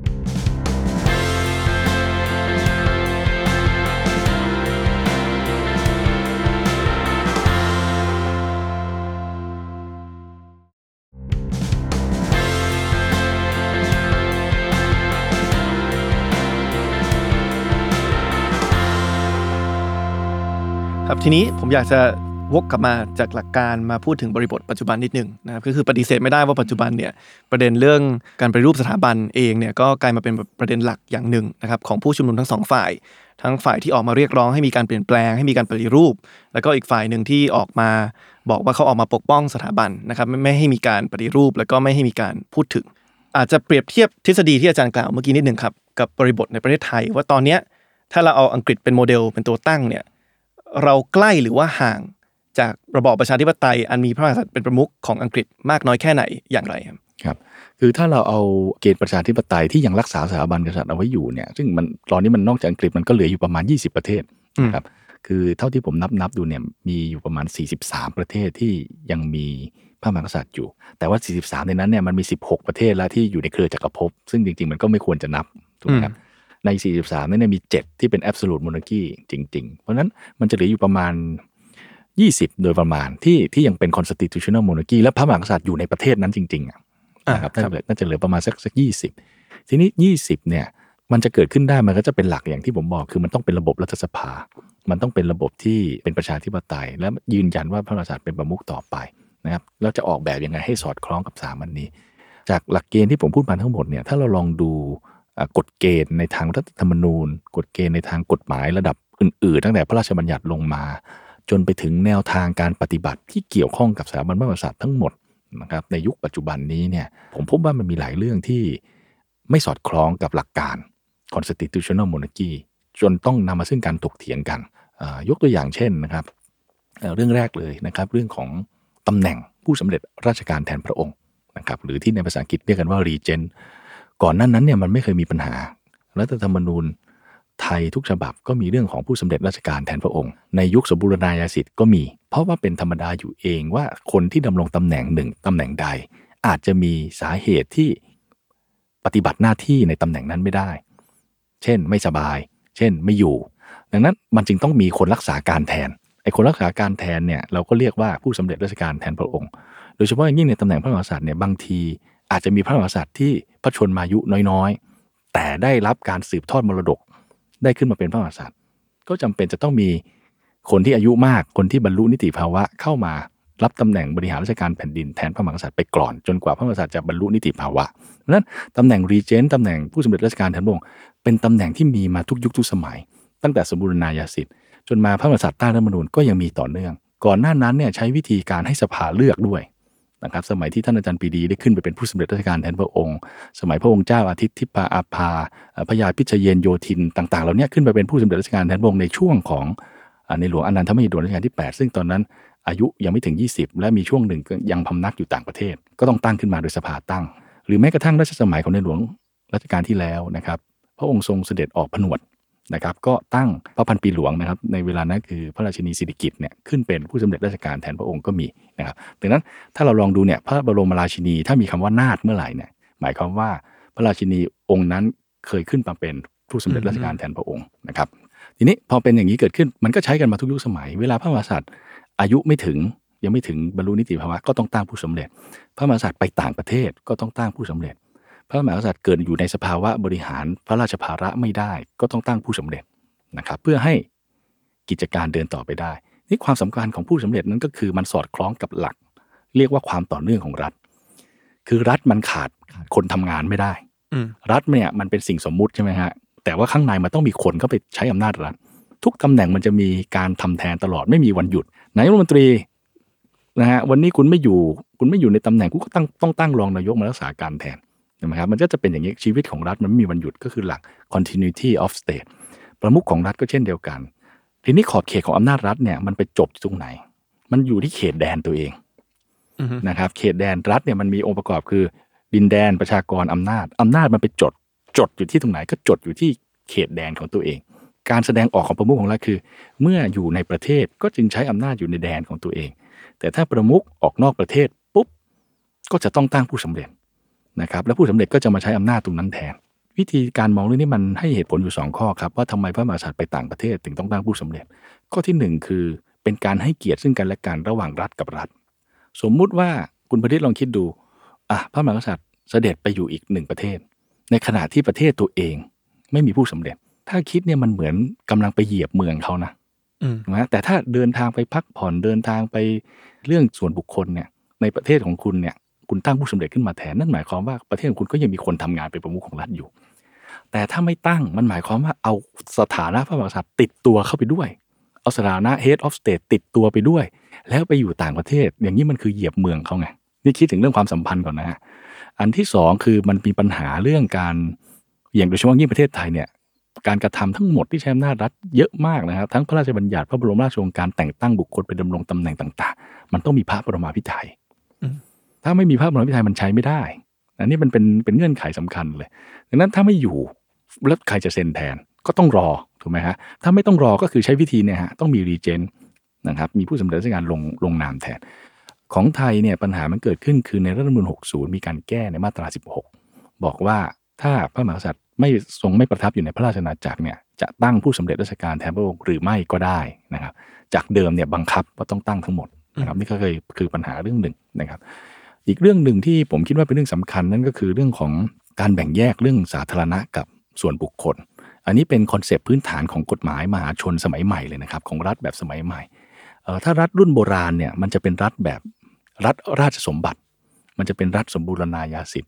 ครับทีนี้ผมอยากจะวกกลับมาจากหลักการมาพูดถึงบริบทปัจจุบันนิดนึงนะครับก็คือปฏิเสธไม่ได้ว่าปัจจุบันเนี่ยประเด็นเรื่องการปฏิรูปสถาบันเองเนี่ยก็กลายมาเป็นประเด็นหลักอย่างหนึ่งนะครับของผู้ชุมนุมทั้งสองฝ่ายทั้งฝ่ายที่ออกมาเรียกร้องให้มีการเปลี่ยนแปลงให้มีการปฏิรูปแล้วก็อีกฝ่ายนึงที่ออกมาบอกว่าเขาออกมาปกป้องสถาบันนะครับไม่ไม่ให้มีการปฏิรูปแล้วก็ไม่ให้มีการพูดถึงอาจจะเปรียบเทียบทฤษฎีที่อาจารย์กล่าวเมื่อกี้นิดนึงครับกับบริบทในประเทศไทยว่าตอนนี้ถ้าเราเอาอังกฤษเป็นโมเดลเป็นตัวตั้งเนี่ยเราใกล้หรือว่าห่างจากระบอบประชาธิปไตยอันมีพระมหากษัตริย์เป็นประมุขของอังกฤษมากน้อยแค่ไหนอย่างไรครับครับคือถ้าเราเอาเกณฑ์ประชาธิปไตยที่ยังรักษาสถาบันกษัตริย์เอาไว้อยู่เนี่ยซึ่งมันตอนนี้มันนอกจากอังกฤษมันก็เหลืออยู่ประมาณยี่สิบประเทศนะครับคือเท่าที่ผมนับนับดูเนี่ยมีอยู่ประมาณสี่สิบสามประเทศที่ยังมีพระมหากษัตริย์อยู่แต่ว่าสี่สิบสามในนั้นเนี่ยมันมีสิบหกประเทศแล้วที่อยู่ในเครือจักรภพซึ่งจริงๆมันก็ไม่ควรจะนับถูกไหมครับในสี่สิบสามเนี่ยมีเจ็ดที่เป็น absolute monarchy จริงๆเพราะนั้นมันจะเหลืออยู่ประมาณยี่สิบโดยประมาณที่ที่ยังเป็น constitutional monarchy และพระมหากษัตริย์อยู่ในประเทศนั้นจริงๆนะครับน่าจะเหลือประมาณสักสักยี่สิบทีนี้ยี่สิบเนี่ยมันจะเกิดขึ้นได้มันก็จะเป็นหลักอย่างที่ผมบอกคือมันต้องเป็นระบบรัฐสภามันต้องเป็นระบบที่เป็นประชาธิปไตยและยืนยันว่าพระมหากษัตริย์เป็นประมุขต่อไปนะครับแล้วจะออกแบบยังไงให้สอดคล้องกับสามัญนี้จากหลักเกณฑ์ที่ผมพูดมาทั้งหมดเนี่ยถ้าเราลองดูกฎเกณฑ์ในทางรัฐธรรมนูญกฎเกณฑ์ในทางกฎหมายระดับอื่นๆตั้งแต่พระราชบัญญัติลงมาจนไปถึงแนวทางการปฏิบัติที่เกี่ยวข้องกับสถาบันพระมหากษัตริย์ทั้งหมดนะครับในยุคปัจจุบันนี้เนี่ยผมพบว่ามันมีหลายเรื่องที่ไม่สอดคล้องกับหลักการ constitutional monarchy จนต้องนำมาซึ่งการถกเถียงกันยกตัวอย่างเช่นนะครับเรื่องแรกเลยนะครับเรื่องของตำแหน่งผู้สำเร็จราชการแทนพระองค์นะครับหรือที่ในภาษาอังกฤษเรียกกันว่า regent ก่อนหน้านั้นเนี่ยมันไม่เคยมีปัญหารัฐธรรมนูญไทยทุกฉบับก็มีเรื่องของผู้สำเร็จราชการแทนพระองค์ในยุคสมบูรณาญาสิทธิ์ก็มีเพราะว่าเป็นธรรมดาอยู่เองว่าคนที่ดำรงตำแหน่งหนึ่งตำแหน่งใดอาจจะมีสาเหตุที่ปฏิบัติหน้าที่ในตำแหน่งนั้นไม่ได้เช่นไม่สบายเช่นไม่อยู่ดังนั้นมันจึงต้องมีคนรักษาการแทนไอ้คนรักษาการแทนเนี่ยเราก็เรียกว่าผู้สำเร็จราชการแทนพระองค์โดยเฉพาะอย่างยิ่งในตำแหน่งพระมหากษัตริย์เนี่ยบางทีอาจจะมีพระมหากษัตริย์ที่พระชนมายุน้อยๆแต่ได้รับการสืบทอดมรดกได้ขึ้นมาเป็นพระมหากษัตริย์ก็จำเป็นจะต้องมีคนที่อายุมากคนที่บรรลุนิติภาวะเข้ามารับตำแหน่งบริหารราชการแผ่นดินแทนพระมหากษัตริย์ไปก่อนจนกว่าพระมหากษัตริย์จะบรรลุนิติภาวะเพราะฉะนั้นตำแหน่งรีเจนต์ตำแหน่งผู้สำเร็จราชการแทนพระองค์เป็นตำแหน่งที่มีมาทุกยุคทุกสมัยตั้งแต่สมบูรณาญาสิทธิ์จนมาพระมหากษัตริย์ใต้รัฐธรรมนูญก็ยังมีต่อเนื่องก่อนหน้านั้นเนี่ยใช้วิธีการให้สภาเลือกด้วยนะครับสมัยที่ท่านอาจารย์ปรีดีได้ขึ้นไปเป็นผู้สำเร็จราชการแทนพระองค์สมัยพระองค์เจ้าอาทิตย์ทิพาอาภาพระยาพิชเยนโยธินต่างๆเหล่านี้ขึ้นไปเป็นผู้สำเร็จราชการแทนพระองค์ในช่วงของในหลวงอนันทมหิดลรัชกาลที่แปดซึ่งตอนนั้นอายุยังไม่ถึงยี่สิบและมีช่วงหนึ่งยังพำนักอยู่ต่างประเทศก็ต้องตั้งขึ้นมาโดยสภาตั้งหรือแม้กระทั่งรัชสมัยของในหลวงรัชกาลที่แล้วนะครับพระองค์ทรงเสด็จออกผนวดนะครับก็ตั้งพระพันปีหลวงนะครับในเวลานั้นคือพระราชินีสิริกิติ์เนี่ยขึ้นเป็นผู้สำเร็จราชการแทนพระองค์ก็มีนะครับดังนั้นถ้าเราลองดูเนี่ยพระบรมราชินีถ้ามีคำว่านาถเมื่อไหร่เนี่ยหมายความว่าพระราชินีองค์นั้นเคยขึ้นมาเป็นผู้สำเร็จราชการแทนพระองค์นะครับทีนี้พอเป็นอย่างนี้เกิดขึ้นมันก็ใช้กันมาทุกยุคสมัยเวลาพระมหากษัตริย์อายุไม่ถึงยังไม่ถึงบรรลุนิติภาวะก็ต้องตั้งผู้สำเร็จพระมหากษัตริย์ไปต่างประเทศก็ต้องตั้งผู้สำเร็จพระมหากษัตริย์เกิดอยู่ในสภาวะบริหารพระราชภาระไม่ได้ก็ต้องตั้งผู้สำเร็จนะครับเพื่อให้กิจการเดินต่อไปได้นี่ความสำคัญของผู้สำเร็จนั้นก็คือมันสอดคล้องกับหลักเรียกว่าความต่อเนื่องของรัฐคือรัฐมันขาดคนทำงานไม่ได้รัฐเนี่ยมันเป็นสิ่งสมมุติใช่ไหมฮะแต่ว่าข้างในมันต้องมีคนเข้าไปใช้อำนาจรัฐทุกตำแหน่งมันจะมีการทำแทนตลอดไม่มีวันหยุดนายกรัฐมนตรีนะฮะวันนี้คุณไม่อยู่คุณไม่อยู่ในตำแหน่งคุณก็ตั้งต้องตั้งรองนายกมารักษาการแทนใช่ไหมครับมันก็จะเป็นอย่างนี้ชีวิตของรัฐมันไม่มีวันหยุดก็คือหลัก continuity of state ประมุขของรัฐก็เช่นเดียวกันทีนี้ขอบเขตของอำนาจรัฐเนี่ยมันไปจบตรงไหนมันอยู่ที่เขตแดนตัวเอง uh-huh. นะครับเขตแดนรัฐเนี่ยมันมีองค์ประกอบคือดินแดนประชากรอำนาจอำนาจมันไปจดจดอยู่ที่ตรงไหนก็จดอยู่ที่เขตแดนของตัวเองการแสดงออกของประมุขของรัฐคือเมื่ออยู่ในประเทศก็จึงใช้อำนาจอยู่ในแดนของตัวเองแต่ถ้าประมุขออกนอกประเทศปุ๊บก็จะต้องตั้งผู้สำเร็จนะครับแล้วผู้สำเร็จก็จะมาใช้อำนาจตรงนั้นแทนวิธีการมองเรื่องนี้มันให้เหตุผลอยู่สองข้อครับว่าทำไมพระมหากษัตริย์ไปต่างประเทศถึงต้องตั้งผู้สำเร็จข้อที่หนึ่งคือเป็นการให้เกียรติซึ่งกันและกันระหว่างรัฐกับรัฐสมมุติว่าคุณพดิษฐ์ลองคิดดูอ่ะพระมหากษัตริย์เสด็จไปอยู่อีกหนึ่งประเทศในขณะที่ประเทศตัวเองไม่มีผู้สำเร็จถ้าคิดเนี่ยมันเหมือนกำลังไปเหยียบเมืองเขานะนะแต่ถ้าเดินทางไปพักผ่อนเดินทางไปเรื่องส่วนบุคคลเนี่ยในประเทศของคุณเนี่ยคุณตั้งผู้สำเร็จขึ้นมาแทนนั่นหมายความว่าประเทศของคุณก็ยังมีคนทำงานเป็นประมุขของรัฐอยู่แต่ถ้าไม่ตั้งมันหมายความว่าเอาสถานะพระมหากษัตริย์ติดตัวเข้าไปด้วยเอาสถานะ head of state ติดตัวไปด้วยแล้วไปอยู่ต่างประเทศอย่างนี้มันคือเหยียบเมืองเขาไงนี่คิดถึงเรื่องความสัมพันธ์ก่อนนะฮะอันที่สองคือมันมีปัญหาเรื่องการอย่างโดยเฉพาะยิ่งประเทศไทยเนี่ยการกระทำทั้งหมดที่ใช้อำนาจรัฐเยอะมากนะครับทั้งพระราชบัญญัติพระบรมราชโองการแต่งตั้งบุคคลไปดำรงตำแหน่งต่างๆมันต้องมีพระบรมภิไธยถ้าไม่มีพระบรมภิไธยมันใช้ไม่ได้อันนี้มันเป็นเป็นเงื่อนไขสำคัญเลยดังนั้นถ้าไม่อยู่แล้วใครจะเซ็นแทนก็ต้องรอถูกไหมฮะถ้าไม่ต้องรอก็คือใช้วิธีเนี่ยฮะต้องมีรีเจนต์นะครับมีผู้สำเร็จราชการลงลงนามแทนของไทยเนี่ยปัญหามันเกิดขึ้นคือในรัฐธรรมนูญหกสิบมีการแก้ในมาตราสิบหกบอกว่าถ้าพระมหากษัตริย์ไม่ทรงไม่ประทับอยู่ในพระราชอาณาจักรเนี่ยจะตั้งผู้สำเร็จราชการแทนพระองค์หรือไม่ก็ได้นะครับจากเดิมเนี่ยบังคับว่าต้องตั้งทั้งหมดนะครับนี่ก็เคยคือปัญหาเรื่องหนึ่งนะครับอีกเรื่องหนึ่งที่ผมคิดว่าเป็นเรื่องสำคัญนั่นก็คือเรื่องของการแบ่งแยกเรื่องสาธารณะกับส่วนบุคคลอันนี้เป็นคอนเซปต์พื้นฐานของกฎหมายมหาชนสมัยใหม่เลยนะครับของรัฐแบบสมัยใหม่เอ่อถ้ารัฐรุ่นโบราณเนี่ยมันจะเป็นรัฐแบบรัฐราชสมบัติมันจะเป็นรัฐสมบูรณาญาสิทธิ์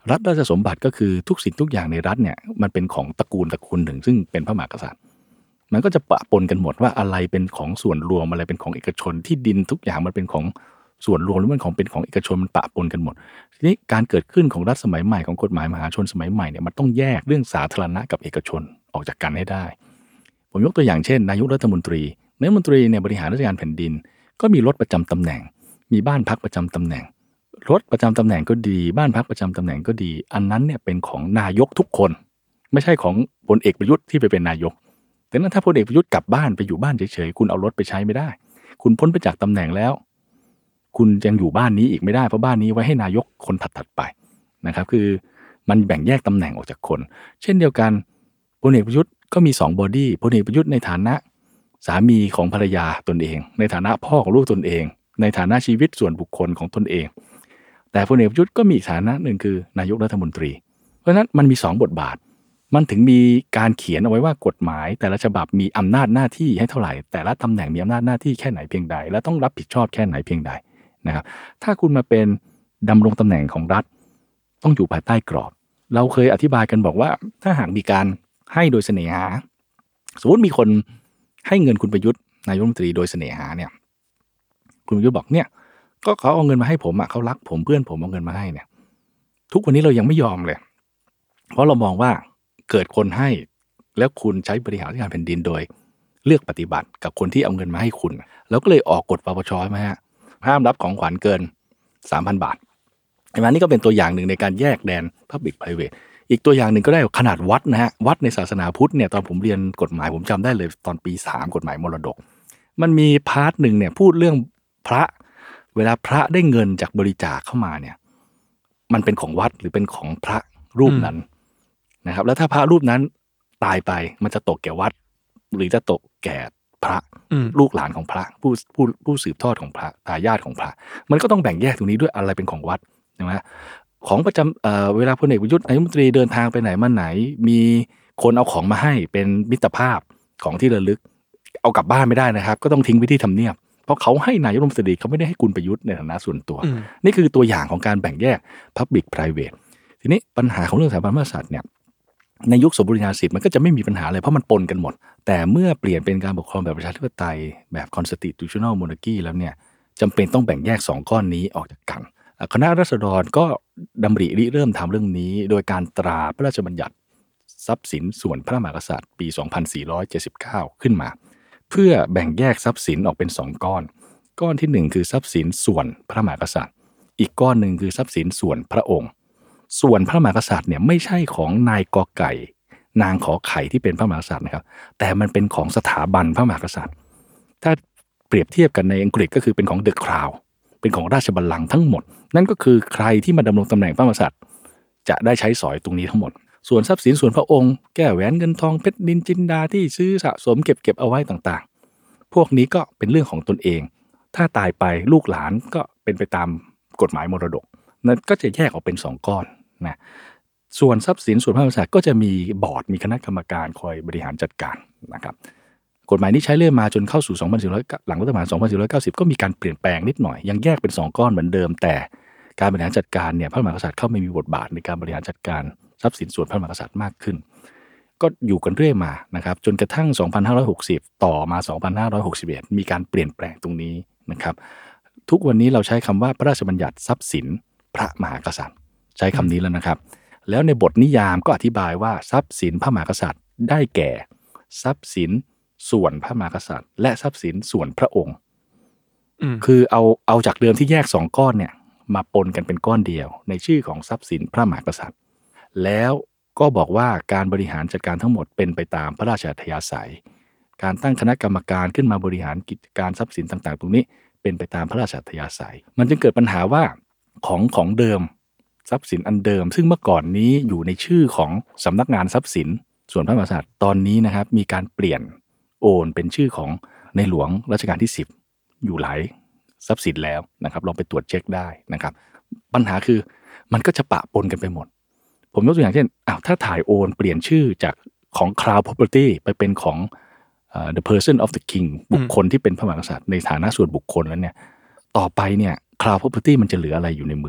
รัฐราชสมบัติก็คือทุกสิ่งทุกอย่างในรัฐเนี่ยมันเป็นของตระกูลตระกูลหนึ่งซึ่งเป็นพระมหากษัตริย์มันก็จะปะปนกันหมดว่าอะไรเป็นของส่วนรวมอะไรเป็นของเอกชนที่ดินทุกอย่างมันเป็นของส่วนรวมหรือมันของเป็นของเอกชนมันปะปนกันหมดทีนี้การเกิดขึ้นของรัฐสมัยใหม่ของกฎหมายมหาชนสมัยใหม่เนี่ยมันต้องแยกเรื่องสาธารณะกับเอกชนออกจากกันให้ได้ผมยกตัวอย่างเช่นนายกรัฐมนตรีนายกรัฐมนตรีเนี่ยบริหารราชการแผ่นดินก็มีรถประจำตำแหน่งมีบ้านพักประจำตำแหน่งรถประจำตำแหน่งก็ดีบ้านพักประจำตำแหน่งก็ดีอันนั้นเนี่ยเป็นของนายกทุกคนไม่ใช่ของพลเอกประยุทธ์ที่ไปเป็นนายกแต่นั้นถ้าพลเอกประยุทธ์กลับบ้านไปอยู่บ้านเฉยๆคุณเอารถไปใช้ไม่ได้คุณพ้นไปจากตำแหน่งแล้วคุณยังอยู่บ้านนี้อีกไม่ได้เพราะบ้านนี้ไว้ให้นายกคนถัดๆไปนะครับคือมันแบ่งแยกตำแหน่งออกจากคนเช่นเดียวกันพลเอกประยุทธ์ก็มีสองบอดี้พลเอกประยุทธ์ในฐานะสามีของภรรยาตนเองในฐานะพ่อของลูกตนเองในฐานะชีวิตส่วนบุคคลของตนเองแต่พลเอกประยุทธ์ก็มีฐานะหนึ่งคือนายกรัฐมนตรีเพราะฉะนั้นมันมีสองบทบาทมันถึงมีการเขียนเอาไว้ว่ากฎหมายแต่ละฉบับมีอำนาจหน้าที่ให้เท่าไหร่แต่ละตำแหน่งมีอำนาจหน้าที่แค่ไหนเพียงใดและต้องรับผิดชอบแค่ไหนเพียงใดนะครับถ้าคุณมาเป็นดำรงตำแหน่งของรัฐต้องอยู่ภายใต้กรอบเราเคยอธิบายกันบอกว่าถ้าหากมีการให้โดยเสน่หาสมมติมีคนให้เงินคุณประยุทธ์นายกรัฐมนตรีโดยเสน่หาเนี่ยคุณประยุทธ์บอกเนี่ยก็เขาเอาเงินมาให้ผมอ่ะเขารักผมเพื่อนผมเอาเงินมาให้เนี่ยทุกวันนี้เรายังไม่ยอมเลยเพราะเรามองว่าเกิดคนให้แล้วคุณใช้บริหารราชการแผ่นดินโดยเลือกปฏิบัติกับคนที่เอาเงินมาให้คุณแล้วก็เลยออกกฎปปชใช่ไหมฮะห้ามรับของขวัญเกิน สามพัน บาทอันนี้ก็เป็นตัวอย่างหนึ่งในการแยกแดน Public Private อีกตัวอย่างหนึ่งก็ได้ขนาดวัดนะฮะวัดในศาสนาพุทธเนี่ยตอนผมเรียนกฎหมายผมจำได้เลยตอนปีสามกฎหมายมรดกมันมีพาร์ทหนึ่งเนี่ยพูดเรื่องพระเวลาพระได้เงินจากบริจาคเข้ามาเนี่ยมันเป็นของวัดหรือเป็นของพระรูปนั้นนะครับแล้วถ้าพระรูปนั้นตายไปมันจะตกแก่วัดหรือจะตกแก่พระลูกหลานของพระผู้ผู้ผู้สืบทอดของพระทายาทของพระมันก็ต้องแบ่งแยกตรงนี้ด้วยอะไรเป็นของวัดใช่ไหมของประจำเอ่อเวลาพลเอกประยุทธ์นายกรัฐมนตรีเดินทางไปไหนมาไหนมีคนเอาของมาให้เป็นมิตรภาพของที่ระลึกเอากลับบ้านไม่ได้นะครับก็ต้องทิ้งไว้ที่ทำเนียบเพราะเขาให้นายกรัฐมนตรีเขาไม่ได้ให้คุณประยุทธ์ในฐานะส่วนตัวนี่คือตัวอย่างของการแบ่งแยก Public Private ทีนี้ปัญหาของเรื่องสถาบันพระมหากษัตริย์เนี่ยในยุคสมบูรณาญาสิทธิ์มันก็จะไม่มีปัญหาเลยเพราะมันปนกันหมดแต่เมื่อเปลี่ยนเป็นการปกครองแบบประชาธิปไตยแบบ Constitutional Monarchy แล้วเนี่ยจำเป็นต้องแบ่งแยกสองก้อนนี้ออกจากกันคณะราษฎรก็ดำริริเริ่มทำเรื่องนี้โดยการตราพระราชบัญญัติทรัพย์สินส่วนพระมหากษัตริย์ปีสองพันสี่ร้อยเจ็ดสิบเก้าขึ้นมาเพื่อแบ่งแยกทรัพย์สินออกเป็นสองก้อนก้อนที่หนึ่งคือทรัพย์สินส่วนพระมหากษัตริย์อีกก้อนหนึ่งคือทรัพย์สินส่วนพระองค์ส่วนพระมหากษัตริย์เนี่ยไม่ใช่ของนายกอไก่นางขอไข่ที่เป็นพระมหากษัตริย์นะครับแต่มันเป็นของสถาบันพระมหากษัตริย์ถ้าเปรียบเทียบกันในอังกฤษก็คือเป็นของเดอะคราวน์เป็นของราชบัลลังก์ทั้งหมดนั่นก็คือใครที่มาดำรงตำแหน่งพระมหากษัตริย์จะได้ใช้สอยตรงนี้ทั้งหมดส่วนทรัพย์สินส่วนพระองค์แก้วแหวนเงินทองเพชรนินจินดาที่ซื้อสะสมเก็บเก็บเอาไว้ต่างๆพวกนี้ก็เป็นเรื่องของตนเองถ้าตายไปลูกหลานก็เป็นไปตามกฎหมายมรดกนั่นก็จะแยกออกเป็นสองก้อนนะส่วนทรัพย์สินส่วนพระมหากษัตริย์ก็จะมีบอร์ดมีคณะกรรมการคอยบริหารจัดการนะครับกฎหมายนี้ใช้เรื่อยมาจนเข้าสู่สองพันสี่ร้อยหลังรัฐประหารสองพันสี่ร้อยเก้าสิบก็มีการเปลี่ยนแปลงนิดหน่อยยังแยกเป็นสองก้อนเหมือนเดิมแต่การบริหารจัดการเนี่ยพระมหากษัตริย์เข้าไม่มีบทบาทในการบริหารจัดการทรัพย์สินส่วนพระมหากษัตริย์มากขึ้นก็อยู่กันเรื่อยมานะครับจนกระทั่งสองพันห้าร้อยหกสิบต่อมาสองพันห้าร้อยหกสิบเอ็ดมีการเปลี่ยนแปลงตรงนี้นะครับทุกวันนี้เราใช้คำว่าพระราชบัญญัติทรัพย์สินพระมหากษัตริย์ใช้คำนี้แล้วนะครับแล้วในบทนิยามก็อธิบายว่าทรัพย์สินพระมหากษัตริย์ได้แก่ทรัพย์สินส่วนพระมหากษัตริย์และทรัพย์สินส่วนพระองค์คือเอาเอาจากเดิมที่แยกสองก้อนเนี่ยมาปนกันเป็นก้อนเดียวในชื่อของทรัพย์สินพระมหากษัตริย์แล้วก็บอกว่าการบริหารจัดการทั้งหมดเป็นไปตามพระราชอัธยาศัยการตั้งคณะกรรมการขึ้นมาบริหารกิจการทรัพย์สินต่างๆตรงนี้เป็นไปตามพระราชอัธยาศัยมันจึงเกิดปัญหาว่าของของเดิมทรัพย์สินอันเดิมซึ่งเมื่อก่อนนี้อยู่ในชื่อของสำนักงานทรัพย์สินส่วนพระมหากษัตริย์ตอนนี้นะครับมีการเปลี่ยนโอนเป็นชื่อของในหลวงรัชกาลที่สิบอยู่หลายทรัพย์สินแล้วนะครับลองไปตรวจเช็คได้นะครับปัญหาคือมันก็จะปะปนกันไปหมดผมยกตัวอย่างเช่นอ้าวถ้าถ่ายโอนเปลี่ยนชื่อจากของ Crown Property ไปเป็นของ uh, the person of the king บุคคลที่เป็นพระมหากษัตริย์ในฐานะส่วนบุคคลแล้วเนี่ยต่อไปเนี่ย Crown Property มันจะเหลืออะไรอยู่ในมือ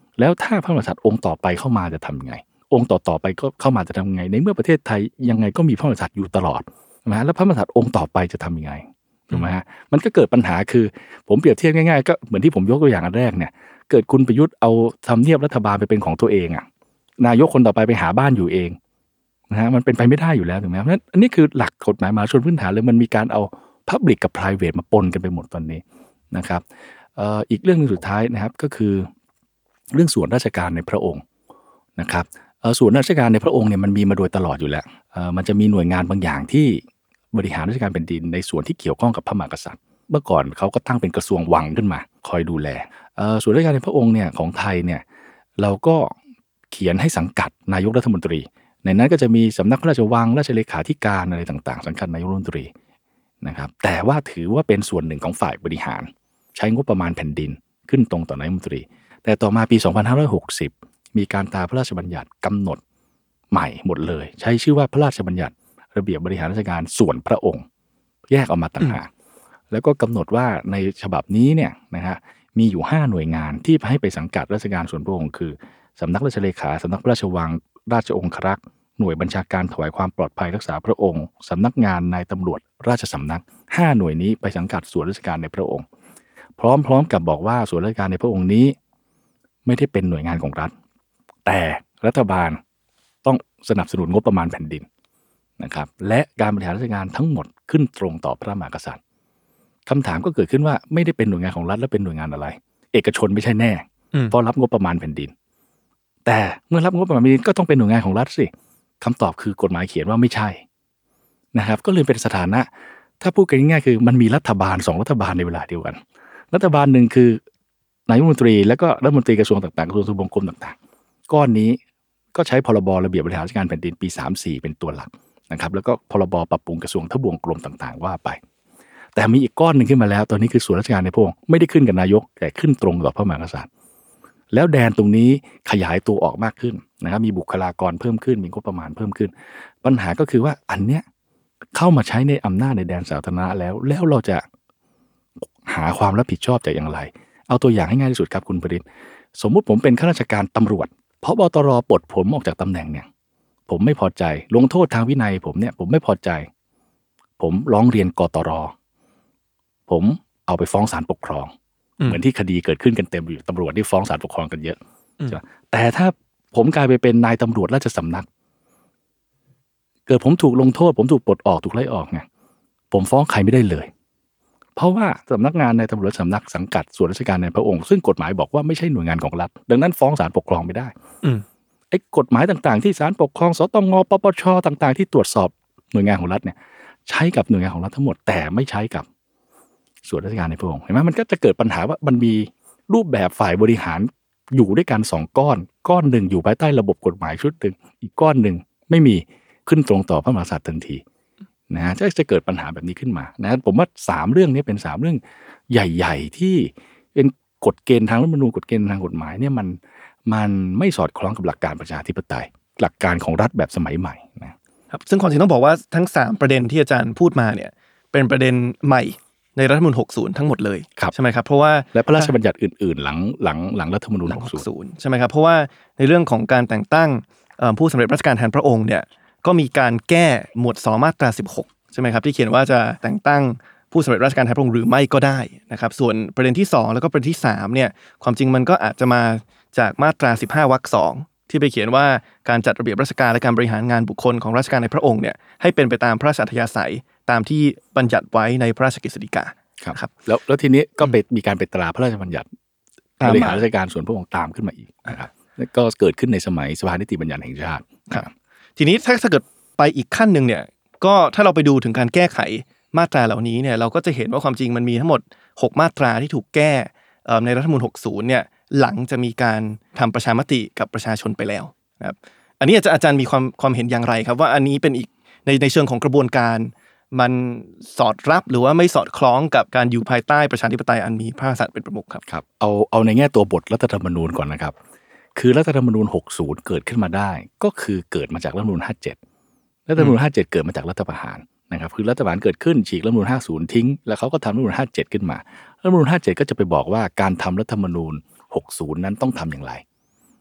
แล้วถ้าพระมหากษัตริย์องค์ต่อไปเข้ามาจะทำยังไงองค์ต่อๆไปก็เข้ามาจะทำยังไงในเมื่อประเทศไทยยังไงก็มีพระมหากษัตริย์อยู่ตลอดใช่ไหมแล้วพระมหากษัตริย์องค์ต่อไปจะทำยังไงถูกไหมฮะมันก็เกิดปัญหาคือผมเปรียบเทียบง่ายๆก็เหมือนที่ผมยกตัวอย่างอันแรกเนี่ยเกิดคุณประยุทธ์เอาทำเนียบรัฐบาลไปเป็นของตัวเองอ่ะนายกคนต่อไปไปหาบ้านอยู่เองนะฮะมันเป็นไปไม่ได้อยู่แล้วถูกไหมเพราะฉะนั้นอันนี้คือหลักกฎหมายมหาชนพื้นฐานเลยมันมีการเอา Public กับ Private มาปนกันไปหมดตอนนี้นะครับเอ่ออีกเรื่องนึงสุดท้ายนะครับก็คือเรื่องส่วนราชการในพระองค์นะครับเอ่อส่วนราชการในพระองค์เนี่ยมันมีมาโดยตลอดอยู่แล้วเอ่อมันจะมีหน่วยงานบางอย่างที่บริหารราชการแผ่นดินในส่วนที่เกี่ยวข้องกับพระมหากษัตริย์เมื่อก่อนเขาก็ตั้งเป็นกระทรวงวังขึ้นมาคอยดูแลเอ่อส่วนราชการในพระองค์เนี่ยของไทยเนี่ยเราก็เขียนให้สังกัดนายกรัฐมนตรีในนั้นก็จะมีสำนักพระราชวังราชเลขาธิการอะไรต่างๆสังกัดนายกรัฐมนตรีนะครับแต่ว่าถือว่าเป็นส่วนหนึ่งของฝ่ายบริหารใช้งบประมาณแผ่นดินขึ้นตรงต่อนายกรัฐมนตรีแต่ต่อมาปีสองพันห้าร้อยหกสิบมีการตราพระราชบัญญัติกำหนดใหม่หมดเลยใช้ชื่อว่าพระราชบัญญัติระเบียบบริหารราชการส่วนพระองค์แยกออกมาต่างหากแล้วก็กำหนดว่าในฉบับนี้เนี่ยนะฮะมีอยู่ห้าหน่วยงานที่ให้ไปสังกัดราชการส่วนพระองค์คือสำนักราชเลขาสำนักพระราชวังราชองครักษ์หน่วยบัญชาการถวายความปลอดภัยรักษาพระองค์สำนักงานนายตำรวจราชสำนักห้าหน่วยนี้ไปสังกัดส่วนราชการในพระองค์พร้อมๆกับบอกว่าส่วนราชการในพระองค์นี้ไม่ได้เป็นหน่วยงานของรัฐแต่รัฐบาลต้องสนับสนุนงบประมาณแผ่นดินนะครับและการบริหารราชการทั้งหมดขึ้นตรงต่อพระมหากษัตริย์คำถามก็เกิดขึ้นว่าไม่ได้เป็นหน่วยงานของรัฐแล้วเป็นหน่วยงานอะไรเอกชนไม่ใช่แน่เพราะรับงบประมาณแผ่นดินแต่เมื่อรับงบประมาณแผ่นดินก็ต้องเป็นหน่วยงานของรัฐสิคำตอบคือกฎหมายเขียนว่าไม่ใช่นะครับก็เลยเป็นสถานะถ้าพูดกันง่ายๆคือมันมีรัฐบาลสองรัฐบาลในเวลาเดียวกันรัฐบาลหนึ่งคือนายกรัฐมนตรีแล้วก็รัฐมนตรีกระทรวงต่างๆกระทรวงทบวงกรมต่างๆก้อนนี้ก็ใช้พรบระเบียบบริหารราชการแผ่นดินปีสามสิบสี่เป็นตัวหลักนะครับแล้วก็พรบปรับปรุงกระทรวงทบวงกรมต่างๆว่าไปแต่มีอีกก้อนนึงขึ้นมาแล้วตอนนี้คือส่วนราชการในพระองค์ไม่ได้ขึ้นกับนายกแต่ขึ้นตรงต่อพระมหากษัตริย์แล้วแดนตรงนี้ขยายตัวออกมากขึ้นนะครับมีบุคลากรเพิ่มขึ้นมีงบประมาณเพิ่มขึ้นปัญหาก็คือว่าอันเนี้ยเข้ามาใช้ในอำนาจในแดนสาธารณะแล้วแล้วเราจะหาความรับผิดชอบจากอย่างไรเอาตัวอย่างให้ง่ายที่สุดครับคุณปริศสมมุติผมเป็นข้าราชการตำรวจเพราะบตรปลดผมออกจากตำแหน่งเนี่ยผมไม่พอใจลงโทษทางวินัยผมเนี่ยผมไม่พอใจผมร้องเรียนกตรผมเอาไปฟ้องศาลปกครองเหมือนที่คดีเกิดขึ้นกันเต็มอยู่ตำรวจที่ฟ้องศาลปกครองกันเยอะใช่ไหมแต่ถ้าผมกลายไปเป็นนายตำรวจราชสำนักเกิดผมถูกลงโทษผมถูกปลดออกถูกไล่ออกไงผมฟ้องใครไม่ได้เลยเพราะว่าสำนักงานในตำรวจสำนักสังกัดส่วนราชการในพระองค์ซึ่งกฎหมายบอกว่าไม่ใช่หน่วยงานของรัฐดังนั้นฟ้องศาลปกครองไม่ได้ไอ้กฎหมายต่างๆที่ศาลปกครองสตงปปชต่างๆที่ตรวจสอบหน่วยงานของรัฐเนี่ยใช้กับหน่วยงานของรัฐทั้งหมดแต่ไม่ใช้กับส่วนราชการในพระองค์เห็นไหมมันก็จะเกิดปัญหาว่ามันมีรูปแบบฝ่ายบริหารอยู่ด้วยกันสองก้อนก้อนหนึ่งอยู่ภายใต้ระบบกฎหมายชุดหนึ่งอีกก้อนหนึ่งไม่มีขึ้นตรงต่อพระมหากษัตริย์ทันทีนะฮะจะจะเกิดปัญหาแบบนี้ขึ้นมานะผมว่าสามเรื่องนี้เป็นสามเรื่องใหญ่ๆที่เป็นกฎเกณฑ์ทางรัฐธรรมนูญกฎเกณฑ์ทางกฎหมายเนี่ยมันมันไม่สอดคล้องกับหลักการประชาธิปไตยหลักการของรัฐแบบสมัยใหม่นะครับซึ่งความจริงต้องบอกว่าทั้งสามประเด็นที่อาจารย์พูดมาเนี่ยเป็นประเด็นใหม่ในรัฐธรรมนูญหกสิบทั้งหมดเลยใช่ไหมครับเพราะว่าและพระราชบัญญัติอื่นๆหลังหลังหลังรัฐธรรมนูญหกสิบใช่ไหมครับเพราะว่าในเรื่องของการแต่งตั้งผู้สำเร็จราชการแทนพระองค์เนี่ยก็มีการแก้หมวดสองมาตราสิบหกใช่ไหมครับที่เขียนว่าจะแต่งตั้งผู้สำเร็จราชการแทนพระองค์หรือไม่ก็ได้นะครับส่วนประเด็นที่สองแล้วก็ประเด็นที่สามเนี่ยความจริงมันก็อาจจะมาจากมาตราสิบห้าวรรคสองที่ไปเขียนว่าการจัดระเบียบราชการและการบริหารงานบุคคลของราชการในพระองค์เนี่ยให้เป็นไปตามพระราชอัธยาศัยตามที่บัญญัติไว้ในพระราชกฤษฎีกาครับแล้วแล้วทีนี้ก็ไปมีการไปตราพระราชบัญญัติบริหารราชการส่วนพระองค์ตามขึ้นมาอีกนะครับก็เกิดขึ้นในสมัยสภานิติบัญญัติแห่งชาติครับทีนี้ถ้าถ้าเกิดไปอีกขั้นนึงเนี่ยก็ถ้าเราไปดูถึงการแก้ไขมาตราเหล่านี้เนี่ยเราก็จะเห็นว่าความจริงมันมีทั้งหมดหกมาตราที่ถูกแก้ในรัฐธรรมนูญหกสิบเนี่ยหลังจะมีการทำประชามติกับประชาชนไปแล้วนะครับอันนี้อาจารย์อาจารย์มีความความเห็นอย่างไรครับว่าอันนี้เป็นอีกในในเชิงของกระบวนการมันสอดรับหรือว่าไม่สอดคล้องกับการอยู่ภายใต้ประชาธิปไตยอันมีพระมหากษัตริย์เป็นประมุขครับครับเอาเอาในแง่ตัวบทรัฐธรรมนูญก่อนนะครับคือรัฐธรรมนูญหกสิบเกิดขึ้นมาได้ก็คือเกิดมาจากรัฐธรรมนูญห้าสิบเจ็ดรัฐธรรมนูญห้าสิบเจ็ดเกิดมาจากรัฐประหารนะครับคือรัฐประหารเกิดขึ้นฉีกรัฐธรรมนูญห้าสิบทิ้งแล้วเขาก็ทำรัฐธรรมนูญห้าสิบเจ็ดขึ้นมารัฐธรรมนูญห้าสิบเจ็ดก็จะไปบอกว่าการทำรัฐธรรมนูญหกสิบนั้นต้องทำอย่างไร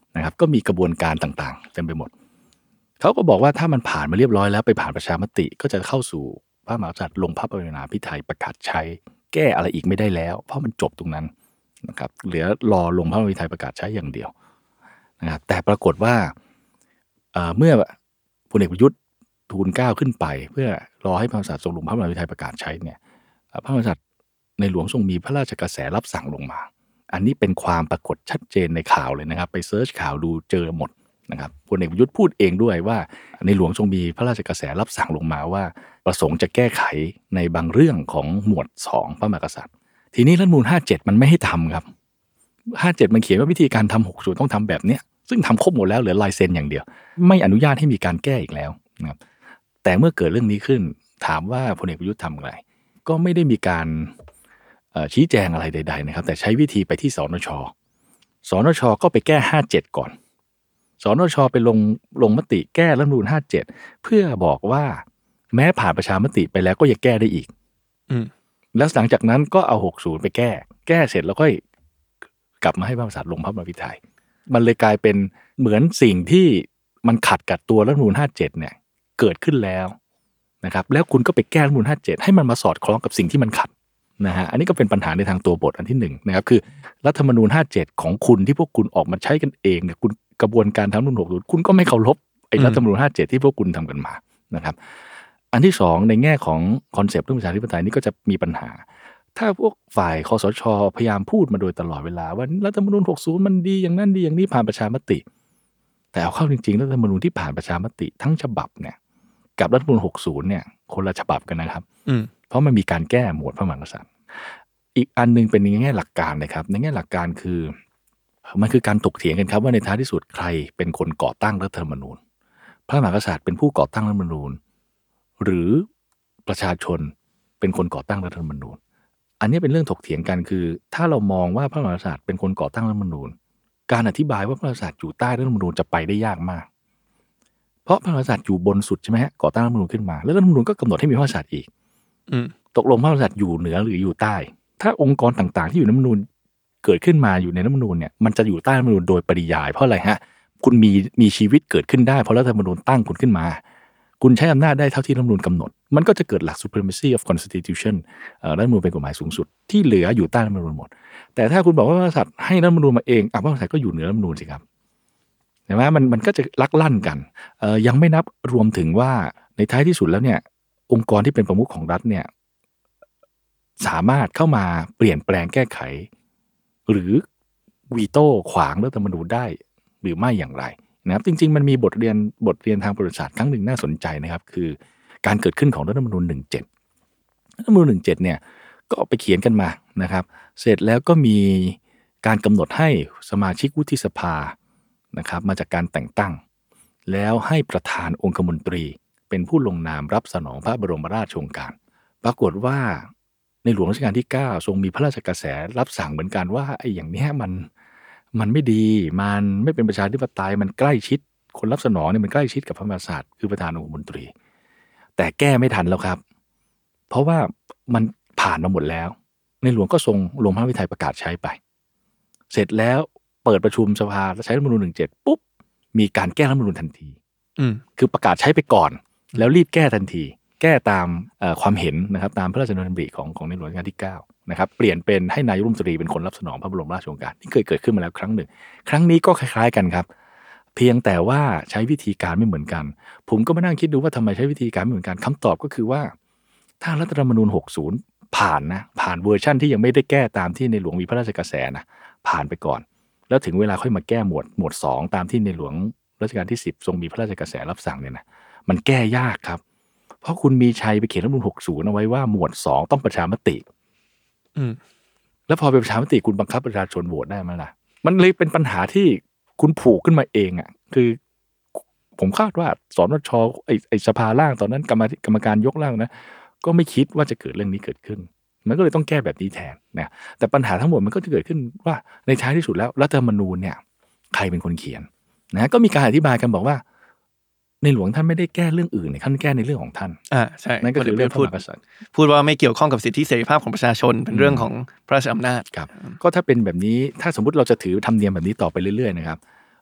นะครับก็มีกระบวนการต่างๆเต็มไปหมดเขาก็บอกว่าถ้ามันผ่านมาเรียบร้อยแล้วไปผ่านประชามติก็จะเข้าสู่พระมหากษัตริย์ลงพระปริญญาภิไธยประกาศใช้แก้อะไรอีกไม่ได้แล้วเพราะมันจบตรงนั้นนะครับเหลือรอลงพระปริญญาภิไธยประกาศใช้อย่างเดียวนะครับแต่ปรากฏว่าเอ่อเมื่อพลเอกประยุทธ์ทูลเกล้าขึ้นไปเพื่อรอให้พระมหากษัตริย์ทรงลงพระปริญญาภิไธยประกาศใช้เนี่ยพระมหากษัตริย์ในหลวงทรงมีพระราชกระแสรับสั่งลงมาอันนี้เป็นความปรากฏชัดเจนในข่าวเลยนะครับไปเซิร์ชข่าวดูเจอหมดนะครับพลเอกประยุทธ์พูดเองด้วยว่าในหลวงทรงมีพระราชกระแสรับสั่งลงมาว่าประสงค์จะแก้ไขในบางเรื่องของหมวดสองพระมหากษัตริย์ทีนี้รัฐธรรมนูญห้าเจ็ดมันไม่ให้ทำครับห้าเจ็ดมันเขียนว่าวิธีการทำหกสิบต้องทำแบบเนี้ยซึ่งทำครบหมดแล้วเหลือลายเซ็นอย่างเดียวไม่อนุญาตให้มีการแก้อีกแล้วนะครับแต่เมื่อเกิดเรื่องนี้ขึ้นถามว่าพลเอกประยุทธ์ทำอะไรก็ไม่ได้มีการชี้แจงอะไรใดๆนะครับแต่ใช้วิธีไปที่สนช.สนช.ก็ไปแก้ห้าเจ็ดก่อนสนช.ไปลงลงมติแก้รัฐธรรมนูญห้าเจ็ดเพื่อบอกว่าแม้ผ่านประชามติไปแล้วก็ยังแก้ได้อีกอืมแล้วหลังจากนั้นก็เอาหกสิบไปแก้แก้เสร็จแล้วก็กลับมาให้พระมหากษัตริย์ลงพระปริญญาภิไธยมันเลยกลายเป็นเหมือนสิ่งที่มันขัดกับตัวรัฐธรรมนูญห้าเจ็ดเนี่ยเกิดขึ้นแล้วนะครับแล้วคุณก็ไปแก้รัฐธรรมนูญห้าเจ็ดให้มันมาสอดคล้องกับสิ่งที่มันขัดนะฮะอันนี้ก็เป็นปัญหาในทางตัวบทอันที่หนึ่งนะครับคือรัฐธรรมนูญห้าเจ็ดของคุณที่พวกคุณออกมาใช้กันเองเนี่ยคุณกระบวนการทำรัฐธรรมนูญหกสิบคุณก็ไม่เคารพไอ้รัฐธรรมนูญห้าเจ็ดที่พวกคุณทำกันมานะครับอันที่สองในแง่ของคอนเซปต์เรื่องประชาธิปไตยนี่ก็จะมีปัญหาถ้าพวกฝ่ายคสช.พยายามพูดมาโดยตลอดเวลาว่ารัฐธรรมนูญหกสิบมันดีอย่างนั้นดีอย่างนี้ผ่านประชามติแต่เอาเข้าจริงๆรัฐธรรมนูญที่ผ่านประชามติทั้งฉบับเนี่ยกับรัฐธรรมนูญหกสิบเนี่ยคนละฉบับกันนะครับเพราะมันมีการแก้หมวดพระมหากษัตริย์อีกอันนึงเป็นในแง่หลักการนะครับในแง่หลักการคือมันคือการถกเถียงกันครับว่าในท้ายที่สุดใครเป็นคนก่อตั้งรัฐธรรมนูญพระมหากษัตริย์เป็นผู้ก่อตั้งรัฐธรรมนูญหรือประชาชนเป็นคนก่อตั้งรัฐธรรมนูญอันนี้เป็นเรื่องถกเถียงกันคือถ้าเรามองว่าพระมหากษัตริย์เป็นคนก่อตั้งรัฐธรรมนูญการอธิบายว่าพระมหากษัตริย์อยู่ใต้รัฐธรรมนูญจะไปได้ยากมากเพราะพระมหากษัตริย์อยู่บนสุดใช่ไหมฮะก่อตั้งรัฐธรรมนูญขึ้นมาแล้วรัฐธรรมนูญก็กำหนดให้มีพระมหากษัตริย์อีกตกลงพระมหากษัตริย์อยู่เหนือหรืออยู่ใต้ถ้าองค์กรต่างๆที่อยู่ในรัฐธรรมนูญเกิดขึ้นมาอยู่ในรัฐธรรมนูญเนี่ยมันจะอยู่ใต้รัฐธรรมนูญโดยปริยายเพราะอะไรฮะคุณมีมีชีวิตเกิดขึ้นได้เพราะรัฐธรรมนูญตั้งคุณขึ้นมาคุณใช้อำนาจได้เท่าที่รัฐธรรมนูญกำหนดมันก็จะเกิดหลัก supremacy of constitution เอ่อรัฐธรรมนูญเป็นกฎหมายสูงสุดที่เหลืออยู่ใต้รัฐธรรมนูญหมดแต่ถ้าคุณบอกว่าพระมหากษัตริย์ให้รัฐธรรมนูญมาเองอ่ะพระมหากษัตริย์ก็อยู่เหนือรัฐธรรมนูญสิครับเห็นไหมมันมันก็จะลักลั่นกันเอ่อยังไม่นับรวมถึงว่าในท้ายที่สุดแล้วเนี่ยองค์กรที่เป็นประมุขของรัฐเนี่ยสามารถเข้ามาเปลี่ยนแปลงแก้ไขหรือวีโต้ขวางรัฐธรรมนูญได้หรือไม่อย่างไรนะครับจริงๆมันมีบทเรียนบทเรียนทางประวัติศาสตร์ครั้งหนึ่งน่าสนใจนะครับคือการเกิดขึ้นของรัฐธรรมนูญหนึ่งเจ็ดรัฐธรรมนูญหนึ่งเจ็ดเนี่ยก็ไปเขียนกันมานะครับเสร็จแล้วก็มีการกำหนดให้สมาชิกวุฒิสภานะครับมาจากการแต่งตั้งแล้วให้ประธานองคมนตรีเป็นผู้ลงนามรับสนองพระบรมราชโองการปรากฏว่าในหลวงรัชกาลที่เก้าทรงมีพระราชกระแสรับสั่งเหมือนกันว่าไอ้อย่างเนี้ยมันมันไม่ดีมันไม่เป็นประชาธิปไตยมันใกล้ชิดคนรับสนองเนี่ยมันใกล้ชิดกับพระมหากษัตริย์คือประธานองคมนตรีแต่แก้ไม่ทันแล้วครับเพราะว่ามันผ่านมาหมดแล้วในหลวงก็ทรงลงพระวิทัยประกาศใช้ไปเสร็จแล้วเปิดประชุมสภาแล้วใช้รัฐธรรมนูญหนึ่งเจ็ดปุ๊บมีการแก้รัฐธรรมนูญทันทีคือประกาศใช้ไปก่อนแล้วรีบแก้ทันทีแก้ตามความเห็นนะครับตามพระราชดำริของของในหลวงรัชกาลที่เก้านะครับเปลี่ยนเป็นให้นายกรัฐมนตรีเป็นคนรับสนองพระบรมราชโองการที่เคยเกิดขึ้นมาแล้วครั้งหนึ่งครั้งนี้ก็คล้ายๆกันครับเพียงแต่ว่าใช้วิธีการไม่เหมือนกันผมก็มานั่งคิดดูว่าทำไมใช้วิธีการไม่เหมือนกันคำตอบก็คือว่าถ้ารัฐธรรมนูญหกสิบผ่านนะผ่านเวอร์ชั่นที่ยังไม่ได้แก้ตามที่ในหลวงมีพระราชกระแสนะผ่านไปก่อนแล้วถึงเวลาค่อยมาแก้หมวดหมวดสองตามที่ในหลวงรัชกาลที่สิบทรงมีพระราชกระแสรับสั่งเนี่ยนะมันแก้ยากครับเพราะคุณมีชัยไปเขียนรัฐธรรมนูญหกสิบเอาไว้ว่าหมวดสองต้องประชามติอืมแล้วพอเป็นประชามติคุณบังคับประชาชนโหวตได้มั้ยล่ะมันเลยเป็นปัญหาที่คุณผูกขึ้นมาเองอ่ะคือผมคาดว่าสนช.ไอ้ไอ้สภาล่างตอนนั้นกรรมกรรมการยกร่างนะก็ไม่คิดว่าจะเกิดเรื่องนี้เกิดขึ้นมันก็เลยต้องแก้แบบนี้แทนนะแต่ปัญหาทั้งหมดมันก็จะเกิดขึ้นว่าในท้ายที่สุดแล้วรัฐธรรมนูญเนี่ยใครเป็นคนเขียนนะก็มีการอธิบายกันบอกว่าในหลวงท่านไม่ได้แก้เรื่องอื่นท่านแก้ในเรื่องของท่านอ่าใช่นั่นก็คือเรื่องพระมหากษัตริย์พูดว่าไม่เกี่ยวข้องกับสิทธิเสรีภาพของประชาชนเป็นเรื่องของพระราชอำนาจครับก็ถ้าเป็นแบบนี้ถ้าสมมุติเราจะถือธรรมเนียมแบบนี้ต่อไปเรื่อยๆนะครับ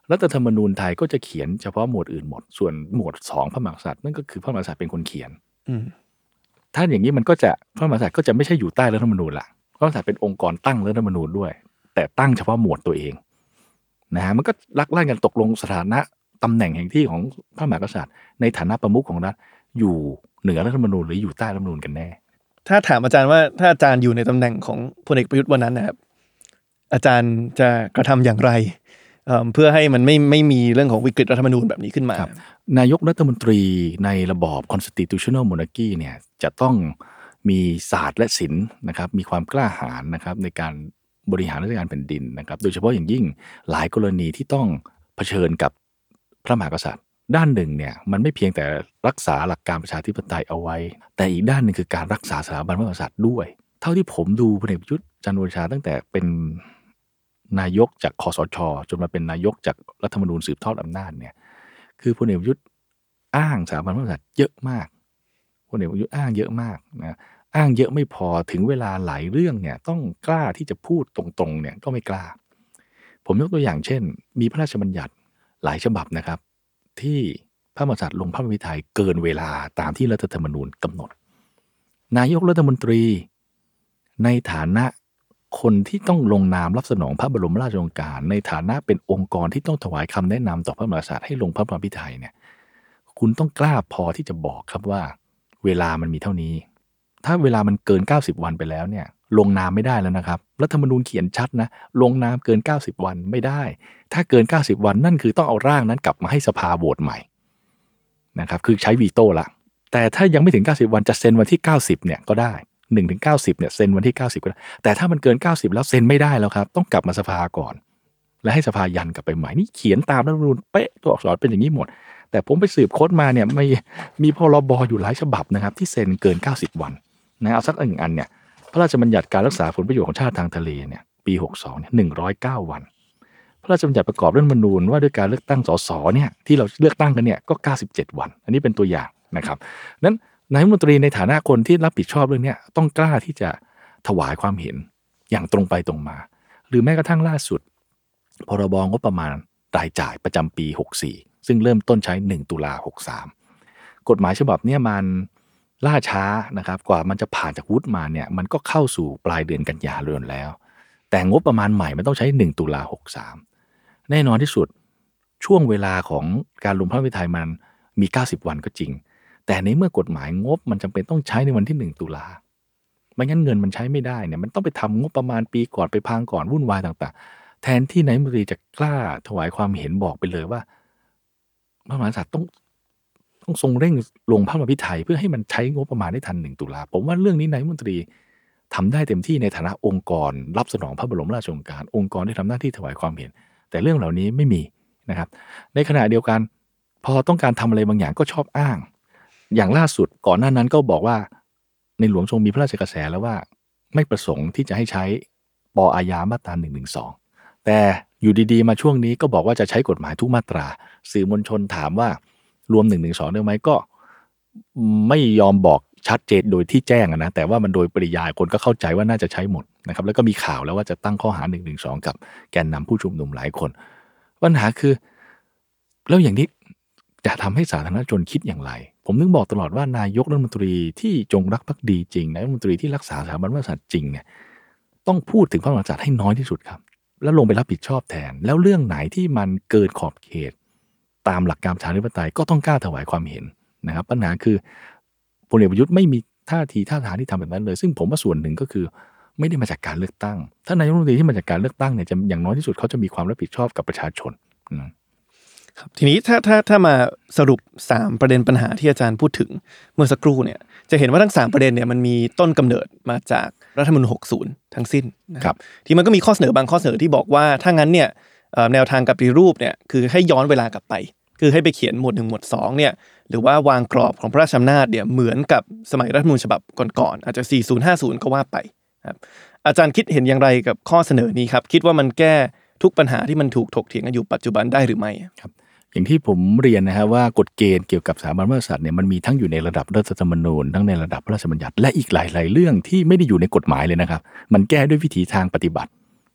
รัฐธรรมนูญไทยก็จะเขียนเฉพาะหมวดอื่นหมดส่วนหมวดสองพระมหากษัตริย์นั่นก็คือพระมหากษัตริย์เป็นคนเขียนถ้าอย่างนี้มันก็จะพระมหากษัตริย์ก็จะไม่ใช่อยู่ใต้รัฐธรรมนูญละพระมหากษัตริย์เป็นองค์กรตั้งรัฐธรรมนูญด้วยแต่ตั้งเฉพาะหมวดตัวเองนะฮะมันก็ลักลั่นกันตกลงสถานะตำแหน่งแห่งที่ของพระมหากษัตริย์ในฐานะประมุขของรัฐอยู่เหนือรัฐธรรมนูญหรืออยู่ใต้รัฐธรรมนูญกันแน่ถ้าถามอาจารย์ว่าถ้าอาจารย์อยู่ในตำแหน่งของพลเอกประยุทธ์วันนั้นนะครับอาจารย์จะกระทำอย่างไรเพื่อให้มันไม่ไม่มีเรื่องของวิกฤตรัฐธรรมนูญแบบนี้ขึ้นมานายกรัฐมนตรีในระบอบ constitutional monarchy เนี่ยจะต้องมีศาสตร์และศิลป์นะครับมีความกล้าหาญนะครับในการบริหารราชการแผ่นดินนะครับโดยเฉพาะอย่างยิ่งหลายกรณีที่ต้องเผชิญกับพระมหากษัตริย์ด้านหนึ่งเนี่ยมันไม่เพียงแต่รักษาหลักการประชาธิปไตยเอาไว้แต่อีกด้านหนึ่งคือการรักษาสถาบันพระมหากษัตริย์ด้วยเท่าที่ผมดูพลเอกประยุทธ์จันทร์โอชาตั้งแต่เป็นนายกจากคสช.จนมาเป็นนายกจากรัฐธรรมนูญสืบทอดอำนาจเนี่ยคือพลเอกประยุทธ์อ้างสถาบันพระมหากษัตริย์เยอะมากพลเอกประยุทธ์อ้างเยอะมากนะอ้างเยอะไม่พอถึงเวลาหลายเรื่องเนี่ยต้องกล้าที่จะพูดตรงๆเนี่ยก็ไม่กล้าผมยกตัวอย่างเช่นมีพระราชบัญญัติหลายฉบับนะครับที่พระมหากษัตริย์ลงพระวิทัยเกินเวลาตามที่รัฐธรรมนูญกำหนดนายกรัฐมนตรีในฐานะคนที่ต้องลงนามรับสนองพระบรมราชโองการในฐานะเป็นองค์กรที่ต้องถวายคำแนะนำต่อพระมหากษัตริย์ให้ลงพระบรมพิไทยเนี่ยคุณต้องกล้าพอที่จะบอกครับว่าเวลามันมีเท่านี้ถ้าเวลามันเกินเก้าสิบวันไปแล้วเนี่ยลงนามไม่ได้แล้วนะครับรัฐธรรมนูญเขียนชัดนะลงนามเกินเก้าสิบวันไม่ได้ถ้าเกินเก้าสิบวันนั่นคือต้องเอาร่างนั้นกลับมาให้สภาโหวตใหม่นะครับคือใช้วีโต้ละแต่ถ้ายังไม่ถึงเก้าสิบวันจะเซ็นวันที่เก้าสิบเนี่ยก็ได้หนึ่งถึงเก้าสิบเนี่ยเซ็นวันที่เก้าสิบก็ได้แต่ถ้ามันเกินเก้าสิบแล้วเซ็นไม่ได้แล้วครับต้องกลับมาสภาก่อนและให้สภายันกลับไปใหม่นี่เขียนตามรัฐธรรมนูญเป๊ะตัวอักษรเป็นอย่างนี้หมดแต่ผมไปสืบค้นมาเนี่ยไม่มีพรบอยู่หลายฉบับนะครับที่เซ็นเกินเก้าสิบวันนะเอาสักหนึ่งอันเนี่ยพระราชบัญญัติการรักษาผลประโยชน์ของชาติทางทะเลเนี่ยปีหกสิบสองเนี่ยหนึ่งร้อยเก้าวันพระราชบัญญัติประกอบรัฐธรรมนูญว่าด้วยการเลือกตั้งสสเนี่ยที่เราเลือกตั้งกันเนี่ยก็เก้าสิบเจ็ดวันอันนี้เป็นตัวอย่างนะครับนั้นนายกรัฐมนตรีในฐานะคนที่รับผิดชอบเรื่องนี้ต้องกล้าที่จะถวายความเห็นอย่างตรงไปตรงมาหรือแม้กระทั่งล่าสุดพรบงบประมาณรายจ่ายประจำปีหกสิบสี่ซึ่งเริ่มต้นใช้หนึ่งตุลาหกสิบสามกฎหมายฉบับนี้มันล่าช้านะครับกว่ามันจะผ่านจากวุฒิมาเนี่ยมันก็เข้าสู่ปลายเดือนกันยายนแล้วแต่งบประมาณใหม่มันต้องใช้หนึ่งตุลาหกสิบสามแน่นอนที่สุดช่วงเวลาของการลงพระวิทัยมันมีเก้าสิบวันก็จริงแต่ในเมื่อกฎหมายงบมันจำเป็นต้องใช้ในวันที่หนึ่งตุลาไม่งั้นเงินมันใช้ไม่ได้เนี่ยมันต้องไปทำงบประมาณปีก่อนไปพังก่อนวุ่นวายต่างๆแทนที่นายกรัฐมนตรีจะกล้าถวายความเห็นบอกไปเลยว่าพระมหากษัตริย์ต้องต้องทรงเร่งลงพระบรมพิไทยเพื่อให้มันใช้งบประมาณได้ทันหนึ่งตุลาผมว่าเรื่องนี้นายกรัฐมนตรีทำได้เต็มที่ในฐานะองค์กรรับสนองพระบรมราชโองการองค์กรที่ทำหน้าที่ถวายความเห็นแต่เรื่องเหล่านี้ไม่มีนะครับในขณะเดียวกันพอต้องการทำอะไรบางอย่างก็ชอบอ้างอย่างล่าสุดก่อนหน้านั้นก็บอกว่าในหลวงทรงมีพระราชกระแสแล้วว่าไม่ประสงค์ที่จะให้ใช้ป.อาญามาตราหนึ่งหนึ่งสองแต่อยู่ดีๆมาช่วงนี้ก็บอกว่าจะใช้กฎหมายทุกมาตราสื่อมวลชนถามว่ารวมหนึ่งหนึ่งสองได้ไหมก็ไม่ยอมบอกชัดเจนโดยที่แจ้งนะแต่ว่ามันโดยปริยายคนก็เข้าใจว่าน่าจะใช้หมดนะครับแล้วก็มีข่าวแล้วว่าจะตั้งข้อหาหนึ่งหนึ่งสองกับแกนนำผู้ชุมนุมหลายคนปัญหาคือแล้วอย่างนี้จะทำให้สาธารณชนคิดอย่างไรผมนึกบอกตลอดว่านายกรัฐมนตรีที่จงรักภักดีจริงนายกรัฐมนตรีที่รักษาสถาบันพระมหากษัตริย์จริงเนี่ยต้องพูดถึงพระมหากษัตริย์ให้น้อยที่สุดครับแล้วลงไปรับผิดชอบแทนแล้วเรื่องไหนที่มันเกินขอบเขตตามหลักการประชาธิปไตยก็ต้องกล้าถวายความเห็นนะครับปัญหาคือพลเอกประยุทธ์ไม่มีท่าทีท่าทางที่ทำแบบนั้นเลยซึ่งผมว่าส่วนหนึ่งก็คือไม่ได้มาจากการเลือกตั้งถ้านายกรัฐมนตรีที่มาจากการเลือกตั้งเนี่ยจะอย่างน้อยที่สุดเขาจะมีความรับผิดชอบกับประชาชนครับทีนี้ถ้าถ้าถ้ามาสรุปสามประเด็นปัญหาที่อาจารย์พูดถึงเมื่อสักครู่เนี่ยจะเห็นว่าทั้งสามประเด็นเนี่ยมันมีต้นกำเนิดมาจากรัฐธรรมนูญหกสิบทั้งสิ้นนะครับที่มันก็มีข้อเสนอบางข้อเสนอที่บอกว่าถ้างั้นเนี่ยแนวทางกับปฏิรูปเนี่ยคือให้ย้อนเวลากลับไปคือให้ไปเขียนหมวดหนึ่งหมวดสองเนี่ยหรือว่าวางกรอบของพระราชอำนาจเนี่ยเหมือนกับสมัยรัฐธรรมนูญฉบับก่อนๆอาจจะสี่สิบ ห้าสิบก็ว่าไปครับอาจารย์คิดเห็นอย่างไรกับข้อเสนอนี้ครับคิดว่ามันแก้ทุกปัญหาที่มันถูกถกเถียงกันอยู่ปัจจุบันได้หรือไม่ครับอย่างที่ผมเรียนนะครับว่ากฎเกณฑ์เกี่ยวกับสถาบันพระมหากษัตริย์เนี่ยมันมีทั้งอยู่ในระดับรัฐธรรมนูญทั้งในระดับพระราชบัญญัติและอีกหลายๆเรื่องที่ไม่ได้อยู่ในกฎหมายเลยนะครับมันแก้ด้วยวิถีทางปฏิบัติ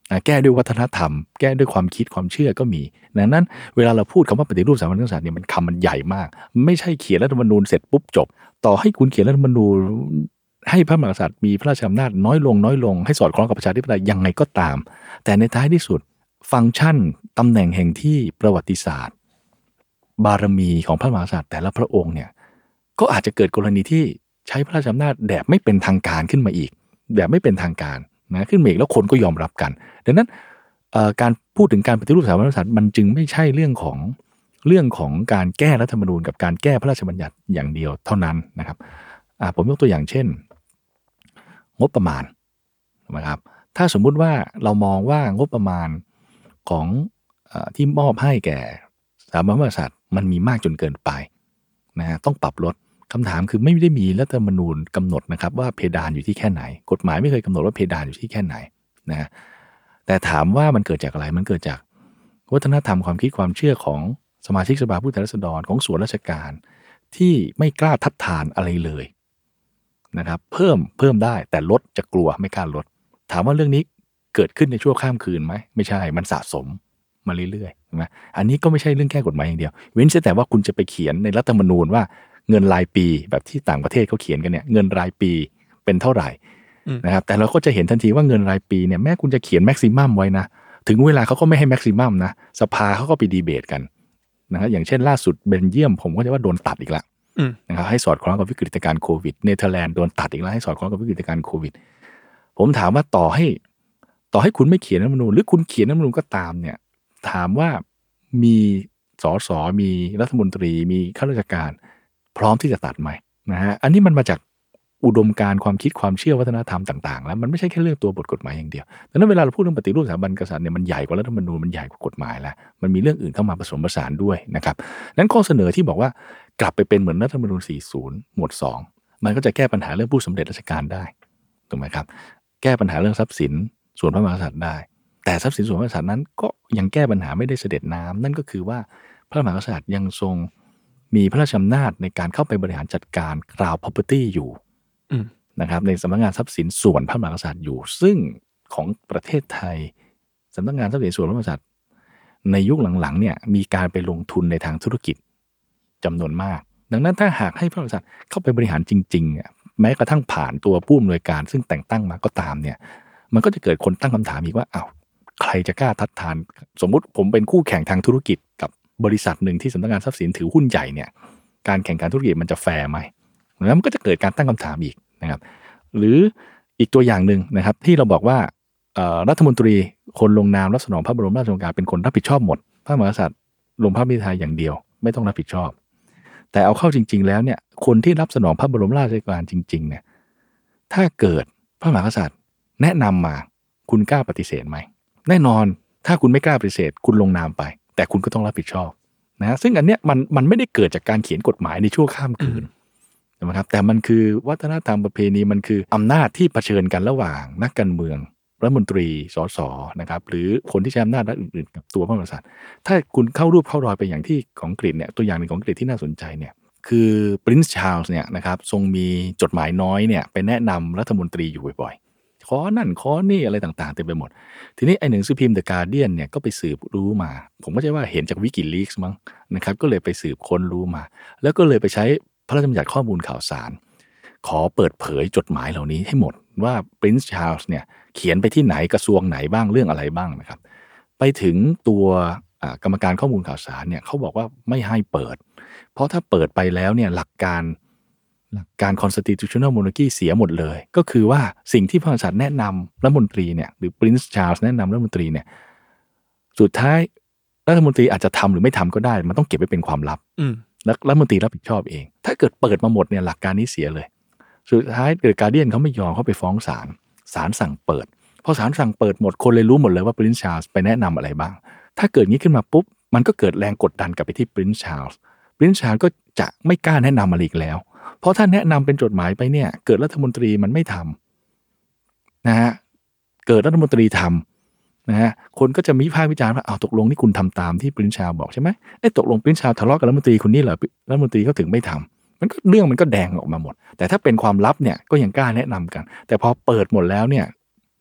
แก้ด้วยวัฒนธรรมแก้ด้วยความคิดความเชื่อก็มีดังนั้นเวลาเราพูดคำว่าปฏิรูปสถาบันพระมหากษัตริย์เนี่ยมันคำมันใหญ่มากไม่ใช่เขียนรัฐธรรมนูญเสร็จปุ๊บจบต่อให้คุณเขียนรัฐธรรมนูญให้พระมหากษัตริย์มีพระราชอำนาจน้อยลงน้อยลงให้สอดคล้องกับประชาธิปไตยยังไงก็ตามแต่ในท้ายที่สุดฟังก์ชันตำแหน่งแห่งที่ประวัติศาสตร์บารมีของพระมหากษัตริย์แต่ละพระองค์เนี่ยก็อาจจะเกิดกรณีที่ใช้พระราชอำนาจแบบไม่เป็นทางการขึ้นมาอีกแบบไม่เป็นทางการนะขึ้นมาอีกแล้วคนก็ยอมรับกันดังนั้นการพูดถึงการปฏิรูปสถาบันพระมหากษัตริย์มันจึงไม่ใช่เรื่องของเรื่องของการแก้รัฐธรรมนูญกับการแก้พระราชบัญญัติอย่างเดียวเท่านั้นนะครับผมยกตัวอย่างเช่นงบประมาณนะครับถ้าสมมุติว่าเรามองว่างบประมาณของเอ่อที่มอบให้แก่สถาบันพระมหากษัตริย์มันมีมากจนเกินไปนะฮะต้องปรับลดคำถามคือไม่ได้มีรัฐธรรมนูญกำหนดนะครับว่าเพดานอยู่ที่แค่ไหนกฎหมายไม่เคยกำหนดว่าเพดานอยู่ที่แค่ไหนนะฮะแต่ถามว่ามันเกิดจากอะไรมันเกิดจากวัฒนธรรมความคิดความเชื่อของสมาชิกสภาผู้แทนราษฎรของส่วนราชการที่ไม่กล้าทัดทานอะไรเลยนะครับเพิ่มเพิ่มได้แต่ลดจะกลัวไม่กล้าลดถามว่าเรื่องนี้เกิดขึ้นในชั่วข้ามคืนไหมไม่ใช่มันสะสมมาเรื่อยๆใช่ไหมอันนี้ก็ไม่ใช่เรื่องแก้กฎหมายอย่างเดียวเว้นแต่ว่าคุณจะไปเขียนในรัฐธรรมนูญว่าเงินรายปีแบบที่ต่างประเทศเขาเขียนกันเนี่ยเงินรายปีเป็นเท่าไหร่นะครับแต่เราก็จะเห็นทันทีว่าเงินรายปีเนี่ยแม้คุณจะเขียนแม็กซิมัมไว้นะถึงเวลาเขาก็ไม่ให้แม็กซิมัมนะสภาเขาก็ไปดีเบตกันนะครับอย่างเช่นล่าสุดเบลเยียมผมก็จะว่าโดนตัดอีกแล้วนะครับให้สอดคล้องกับวิกฤตการณ์โควิดเนเธอร์แลนด์โดนตัดอีกแล้วให้สอดคล้องกับวิกฤตการณ์โควิดผมถามว่าต่อให้ต่อให้คุณไม่เขียนรัฐธรรมนูญหรือคุณเขียนรัฐธรรมนูญก็ตามเนี่ยถามว่ามีสสมีรัฐมนตรีมีข้าราชการพร้อมที่จะตัดไหมนะฮะอันนี้มันมาจากอุดมการณ์ความคิดความเชื่อวัฒนธรรมต่างๆแล้วมันไม่ใช่แค่เรื่องตัวบทกฎหมายอย่างเดียวดังนั้นเวลาเราพูดเรื่องปฏิรูปสถาบันกษัตริย์เนี่ยมันใหญ่กว่ารัฐธรรมนูญมันใหญ่กว่ากฎหมายแล้วมันมีเรื่องอื่นเข้ามาผสมผสานด้วยนะครับนั้นข้อเสนอที่บอกว่ากลับไปเป็นเหมือนรัฐธรรมนูญสี่สิบหมวดสองมันก็จะแก้ปัญหาเรื่องผู้สำเร็จราชการได้ถูกไหมครับแก้ปัญหาเรื่องทรัพย์สินส่วนพระมหากษัตริย์ได้แต่ทรัพย์สินส่วนพระมหากษัตริย์นั้นก็ยังแก้ปัญหาไม่ได้เสด็จน้ำนั่นก็คือว่าพระมหากษัตริย์ยังทรงมีพระราชอำนาจในการเข้าไปบริหารจัดการ Crown Property อยู่นะครับในสำนักงานทรัพย์สินส่วนพระมหากษัตริย์อยู่ซึ่งของประเทศไทยสำนักงานทรัพย์สินส่วนพระมหากษัตริย์ในยุคหลังๆเนี่ยมีการไปลงทุนในทางธุรกิจจำนวนมากดังนั้นถ้าหากให้พระมหากษัตริย์เข้าไปบริหารจริงๆแม้กระทั่งผ่านตัวผู้อำนวยการซึ่งแต่งตั้งมาก็ตามเนี่ยมันก็จะเกิดคนตั้งคำถามอีกว่าอ้าวใครจะกล้าทัดทานสมมุติผมเป็นคู่แข่งทางธุรกิจกับบริษัทหนึ่งที่สำนักงานทรัพย์สินถือหุ้นใหญ่เนี่ยการแข่งขันธุรกิจมันจะแฟร์ไหมแล้วมันก็จะเกิดการตั้งคำถามอีกนะครับหรืออีกตัวอย่างหนึ่งนะครับที่เราบอกว่ารัฐมนตรีคนลงนามรับสนองพระบรมราชโองการเป็นคนรับผิดชอบหมดพระมหากษัตริย์ลงพระพิไทยอย่างเดียวไม่ต้องรับผิดชอบแต่เอาเข้าจริงๆแล้วเนี่ยคนที่รับสนองพระบรมราชโองการจริงๆเนี่ยถ้าเกิดพระมหากษัตริย์แนะนำมาคุณกล้าปฏิเสธไหมแน่นอนถ้าคุณไม่กล้าปฏิเสธคุณลงนามไปแต่คุณก็ต้องรับผิดชอบนะซึ่งอันเนี้ยมันมันไม่ได้เกิดจากการเขียนกฎหมายในชั่วข้ามคืนนะครับแต่มันคือวัฒนธรรมประเพณีมันคืออำนาจที่เผชิญกันระหว่างนักการเมืองรัฐมนตรีสสนะครับหรือคนที่ใช้อำนาจรัฐอื่นๆกับตัวพระมหากษัตริย์ถ้าคุณเข้ารูปเข้ารอยไปอย่างที่ของอังกฤษเนี่ยตัวอย่างหนึ่งของอังกฤษที่น่าสนใจเนี่ยคือ Prince Charles เนี่ยนะครับทรงมีจดหมายน้อยเนี่ยไปแนะนำรัฐมนตรีอยู่บ่อยๆขอนั่นขอนี่อะไรต่างๆเต็มไปหมดทีนี้ไอ้หนังสือพิมพ์ The Guardian เนี่ยก็ไปสืบรู้มาผมก็ใช่ว่าเห็นจาก WikiLeaks มั้งนะครับก็เลยไปสืบค้นรู้มาแล้วก็เลยไปใช้พระราชบัญญัติข้อมูลข่าวสารขอเปิดเผยจดหมายเหล่านี้ให้หมดว่า Prince Charles เนี่ยเขียนไปที่ไหนกระทรวงไหนบ้างเรื่องอะไรบ้างนะครับไปถึงตัวกรรมการข้อมูลข่าวสารเนี่ยเขาบอกว่าไม่ให้เปิดเพราะถ้าเปิดไปแล้วเนี่ยหลักการหลักการ constitutional monarchy เสียหมดเลยก็คือว่าสิ่งที่พระมหากษัตริย์แนะนำรัฐมนตรีเนี่ยหรือ Prince Charles แนะนำรัฐมนตรีเนี่ยสุดท้ายรัฐมนตรีอาจจะทำหรือไม่ทำก็ได้มันต้องเก็บไว้เป็นความลับแล้วรัฐมนตรีรับผิดชอบเองถ้าเกิดเปิดมาหมดเนี่ยหลักการนี้เสียเลยสุดท้ายเกิดการ์เดียนเขาไม่ยอมเขาไปฟ้องศาลศาลสั่งเปิดพอศาลสั่งเปิดหมดคนเลยรู้หมดเลยว่า Prince Charles ไปแนะนำอะไรบ้างถ้าเกิดงี้ขึ้นมาปุ๊บมันก็เกิดแรงกดดันกลับไปที่ Prince Charles Prince Charles ก็จะไม่กล้าแนะนำอะไรอีกแล้วเพราะถ้าแนะนำเป็นจดหมายไปเนี่ยเกิดรัฐมนตรีมันไม่ทำนะฮะเกิดรัฐมนตรีทำนะฮะคนก็จะมีภาควิจารณ์ว่าเอาตกลงนี่คุณทำตามที่ Prince Charles บอกใช่ไหมไอ้ตกลง Prince Charles ทะเลาะกับรัฐมนตรีคนนี้เหรอรัฐมนตรีเขาถึงไม่ทำมันก็เรื่องมันก็แดงออกมาหมดแต่ถ้าเป็นความลับเนี่ยก็ยังกล้าแนะนำกันแต่พอเปิดหมดแล้วเนี่ย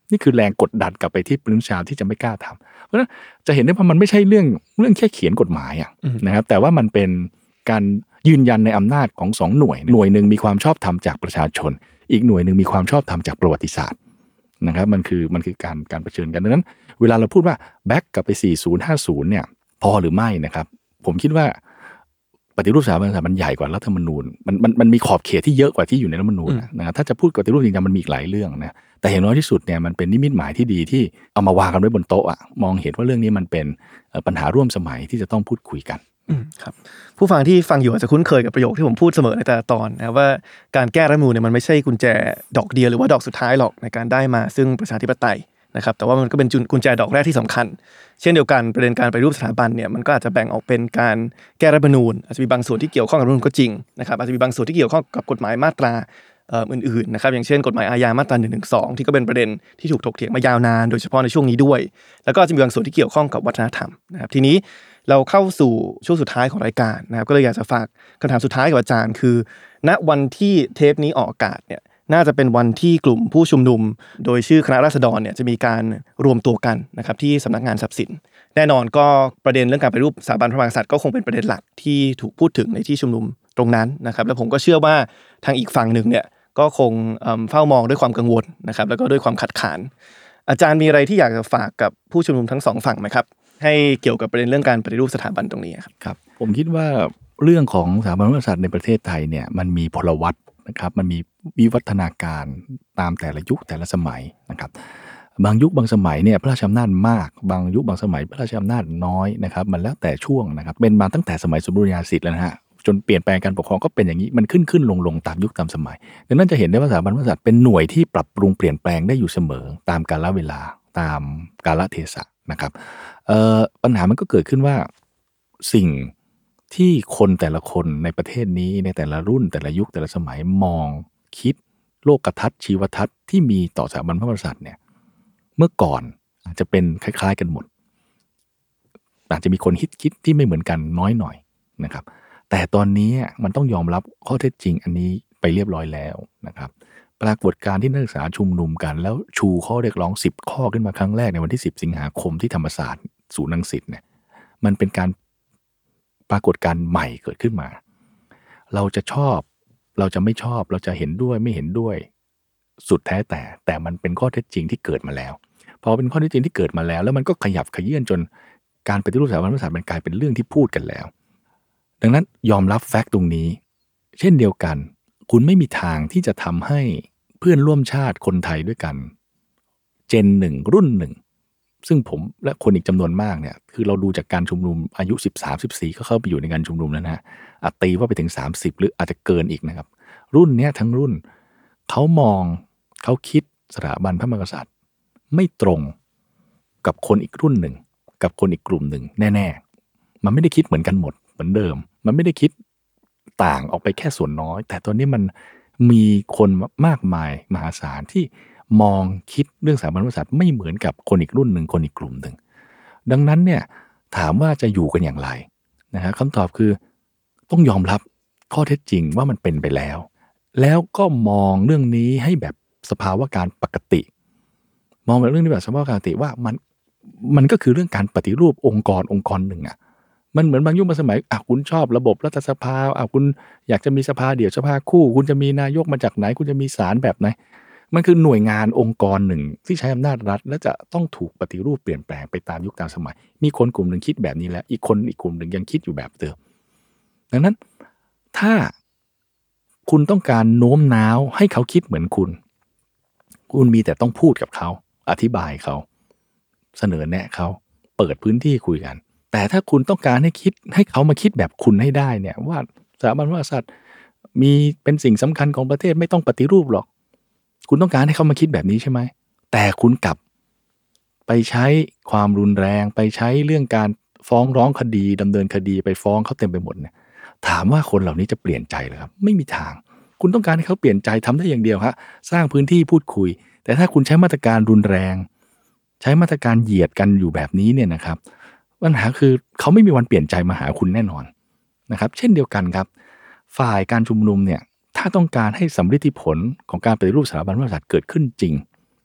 นี่คือแรงกดดันกลับไปที่ประชาชนที่จะไม่กล้าทำเพราะฉะนั้นจะเห็นได้ว่ามันไม่ใช่เรื่องเรื่องแค่เขียนกฎหมายอ่ะนะครับแต่ว่ามันเป็นการยืนยันในอำนาจของสองหน่วยหน่วยหนึ่งมีความชอบธรรมจากประชาชนอีกหน่วยหนึ่งมีความชอบธรรมจากประวัติศาสตร์นะครับมันคือมันคือการการเผชิญกันดังนั้นเวลาเราพูดว่าแบ็กกลับไปสี่สิบ ห้าสิบเนี่ยพอหรือไม่นะครับผมคิดว่าปฏิรูปสถาบันกษัตริย์มันใหญ่กว่ารัฐธรรมนูญมันมันมันมีขอบเขตที่เยอะกว่าที่อยู่ในรัฐธรรมนูญนะครับถ้าจะพูดปฏิรูปจริงๆมันมีอีกหลายเรื่องนะแต่อย่างน้อยที่สุดเนี่ยมันเป็นนิมิตหมายที่ดีที่เอามาวางกันไว้บนโต๊ะอะมองเห็นว่าเรื่องนี้มันเป็นปัญหาร่วมสมัยที่จะต้องพูดคุยกันครับผู้ฟังที่ฟังอยู่อาจจะคุ้นเคยกับประโยคที่ผมพูดเสมอในแต่ละตอนนะว่าการแก้รัฐธรรมนูญเนี่ยมันไม่ใช่กุญแจดอกเดียวหรือว่าดอกสุดท้ายหรอกในการได้มาซึ่งประชาธิปไตยนะครับแต่ว่ามันก็เป็นกุญแจดอกแรกที่สำคัญเช่นเดียวกันประเด็นการปฏิรูปสถาบันเนี่ยมันก็อาจจะแบ่งออกเป็นการแก้รัฐธรรมนูญอาจจะมีบางส่วนที่เกี่ยวข้องกับรัฐธรรมนูญก็จริงนะครับอาจจะมีบางส่วนที่เกี่ยวข้องกับกฎหมายมาตราอื่นๆนะครับอย่างเช่นกฎหมายอาญามาตราหนึ่งหนึ่งสองที่ก็เป็นประเด็นที่ถูกถกเถียงมายาวนานโดยเฉพาะในช่วงนี้ด้วยแล้วก็จะมีบางส่วนที่เกี่ยวข้องกับวัฒนธรรมนะครับทีนี้เราเข้าสู่ช่วงสุดท้ายของรายการนะครับก็เลยอยากจะฝากคำถามสุดท้ายกับอาจารย์คือณวันที่เทปนี้ออกอากาศเนี่ยน่าจะเป็นวันที่กลุ่มผู้ชุมนุมโดยชื่อคณะราษฎรเนี่ยจะมีการรวมตัวกันนะครับที่สำนักงานทรัพย์สินแน่นอนก็ประเด็นเรื่องการปฏิรูปสถาบันพระมหากษัตริย์ก็คงเป็นประเด็นหลักที่ถูกพูดถึงในที่ชุมนุมตรงนั้นนะครับแล้วผมก็เชื่อว่าทางอีกฝั่งหนึ่งเนี่ยก็คงเฝ้ามองด้วยความกังวลนะครับแล้วก็ด้วยความขัดขานอาจารย์มีอะไรที่อยากจะฝากกับผู้ชุมนุมทั้งสองฝั่งไหมครับให้เกี่ยวกับประเด็นเรื่องการปฏิรูปสถาบันตรงนี้ครับครับผมคิดว่าเรื่องของสถาบันพระมหากษัตริย์ในประเทศไทยเนี่ยมันมีพลวัตนะครับมันมีวิวัฒนาการตามแต่ละยุคแต่ละสมัยนะครับบางยุคบางสมัยเนี่ยพระราชอำนาจมากบางยุคบางสมัยพระราชอำนาจน้อยนะครับมันแล้วแต่ช่วงนะครับเป็นมาตั้งแต่สมัยสมบูรณาญาสิทธิ์แล้วนะฮะจนเปลี่ยนแปลงการปกครองก็เป็นอย่างนี้มันขึ้นขึ้นลงลงตามยุคตามสมัยดังนั้นจะเห็นได้ว่าสถาบันพระมหากษัตริย์เป็นหน่วยที่ปรับปรุงเปลี่ยนแปลงได้อยู่เสมอตามกาลเวลาตามกาลเทศะนะครับเอ่อปัญหามันก็เกิดขึ้นว่าสิ่งที่คนแต่ละคนในประเทศนี้ในแต่ละรุ่นแต่ละยุคแต่ละสมัยมองคิดโลกทัศน์ชีวทัศน์ที่มีต่อสถาบันพระมหากษัตริย์เนี่ยเมื่อก่อนอาจจะเป็นคล้ายๆกันหมดอาจจะมีคนคิดคิดที่ไม่เหมือนกันน้อยหน่อยนะครับแต่ตอนนี้มันต้องยอมรับข้อเท็จจริงอันนี้ไปเรียบร้อยแล้วนะครับปรากฏการณ์ที่นักศึกษาชุมนุมกันแล้วชูข้อเรียกร้องสิบข้อขึ้นมาครั้งแรกในวันที่สิบสิงหาคมที่ธรรมศาสตร์ศูนย์รังสิตเนี่ยมันเป็นการปรากฏการณ์ใหม่เกิดขึ้นมาเราจะชอบเราจะไม่ชอบเราจะเห็นด้วยไม่เห็นด้วยสุดแท้แต่แต่มันเป็นข้อเท็จจริงที่เกิดมาแล้วพอเป็นข้อเท็จจริงที่เกิดมาแล้วแล้วมันก็ขยับขยื่นจนการปฏิรูปสถาบันพระมหากษัตริย์มันกลายเป็นเรื่องที่พูดกันแล้วดังนั้นยอมรับแฟกต์ตรงนี้เช่นเดียวกันคุณไม่มีทางที่จะทำให้เพื่อนร่วมชาติคนไทยด้วยกันเจนหนึ่งรุ่นหนึ่งซึ่งผมและคนอีกจำนวนมากเนี่ยคือเราดูจากการชุมนุมอายุสิบสาม สิบสี่ก็เข้าไปอยู่ในการชุมนุมแล้วนะฮะอาจตีว่าไปถึงสามสิบหรืออาจจะเกินอีกนะครับรุ่นเนี้ยทั้งรุ่นเขามองเขาคิดสถาบันพระมหากษัตริย์ไม่ตรงกับคนอีกรุ่นหนึ่งกับคนอีกกลุ่มหนึ่งแน่ๆมันไม่ได้คิดเหมือนกันหมดเหมือนเดิมมันไม่ได้คิดต่างออกไปแค่ส่วนน้อยแต่ตอนนี้มันมีคนมากมายมหาศาลที่มองคิดเรื่องสถาบันพระมหากษัตริย์ไม่เหมือนกับคนอีกรุ่นหนึ่งคนอีกกลุ่มหนึ่งดังนั้นเนี่ยถามว่าจะอยู่กันอย่างไรนะฮะคำตอบคือต้องยอมรับข้อเท็จจริงว่ามันเป็นไปแล้วแล้วก็มองเรื่องนี้ให้แบบสภาวะการปกติมองแบบเรื่องนี้แบบสภาวะการปกติว่ามันมันก็คือเรื่องการปฏิรูปองค์กรองค์กรหนึ่งอ่ะมันเหมือนบางยุคบางสมัยอ่ะคุณชอบระบบรัฐสภาอ่ะคุณอยากจะมีสภาเดี่ยวสภาคู่คุณจะมีนายกมาจากไหนคุณจะมีศาลแบบไหนมันคือหน่วยงานองค์กรหนึ่งที่ใช้อำนาจรัฐและจะต้องถูกปฏิรูปเปลี่ยนแปลงไปตามยุคตามสมัยมีคนกลุ่มหนึ่งคิดแบบนี้แล้วอีกคนอีกกลุ่มหนึ่งยังคิดอยู่แบบเดิมดังนั้นถ้าคุณต้องการโน้มน้าวให้เขาคิดเหมือนคุณคุณมีแต่ต้องพูดกับเขาอธิบายเขาเสนอแนะเขาเปิดพื้นที่คุยกันแต่ถ้าคุณต้องการให้คิดให้เขามาคิดแบบคุณให้ได้เนี่ยว่าสถาบันพระมหากษัตริย์มีเป็นสิ่งสำคัญของประเทศไม่ต้องปฏิรูปหรอกคุณต้องการให้เขามาคิดแบบนี้ใช่ไหมแต่คุณกลับไปใช้ความรุนแรงไปใช้เรื่องการฟ้องร้องคดีดำเนินคดีไปฟ้องเขาเต็มไปหมดเนี่ยถามว่าคนเหล่านี้จะเปลี่ยนใจหรือครับไม่มีทางคุณต้องการให้เขาเปลี่ยนใจทำได้อย่างเดียวครับสร้างพื้นที่พูดคุยแต่ถ้าคุณใช้มาตรการรุนแรงใช้มาตรการเหยียดกันอยู่แบบนี้เนี่ยนะครับปัญหาคือเขาไม่มีวันเปลี่ยนใจมาหาคุณแน่นอนนะครับเช่นเดียวกันครับฝ่ายการชุมนุมเนี่ยถ้าต้องการให้สำฤทธิผลของการปฏิรูปสถาบันพระมหากษัตริย์เกิดขึ้นจริง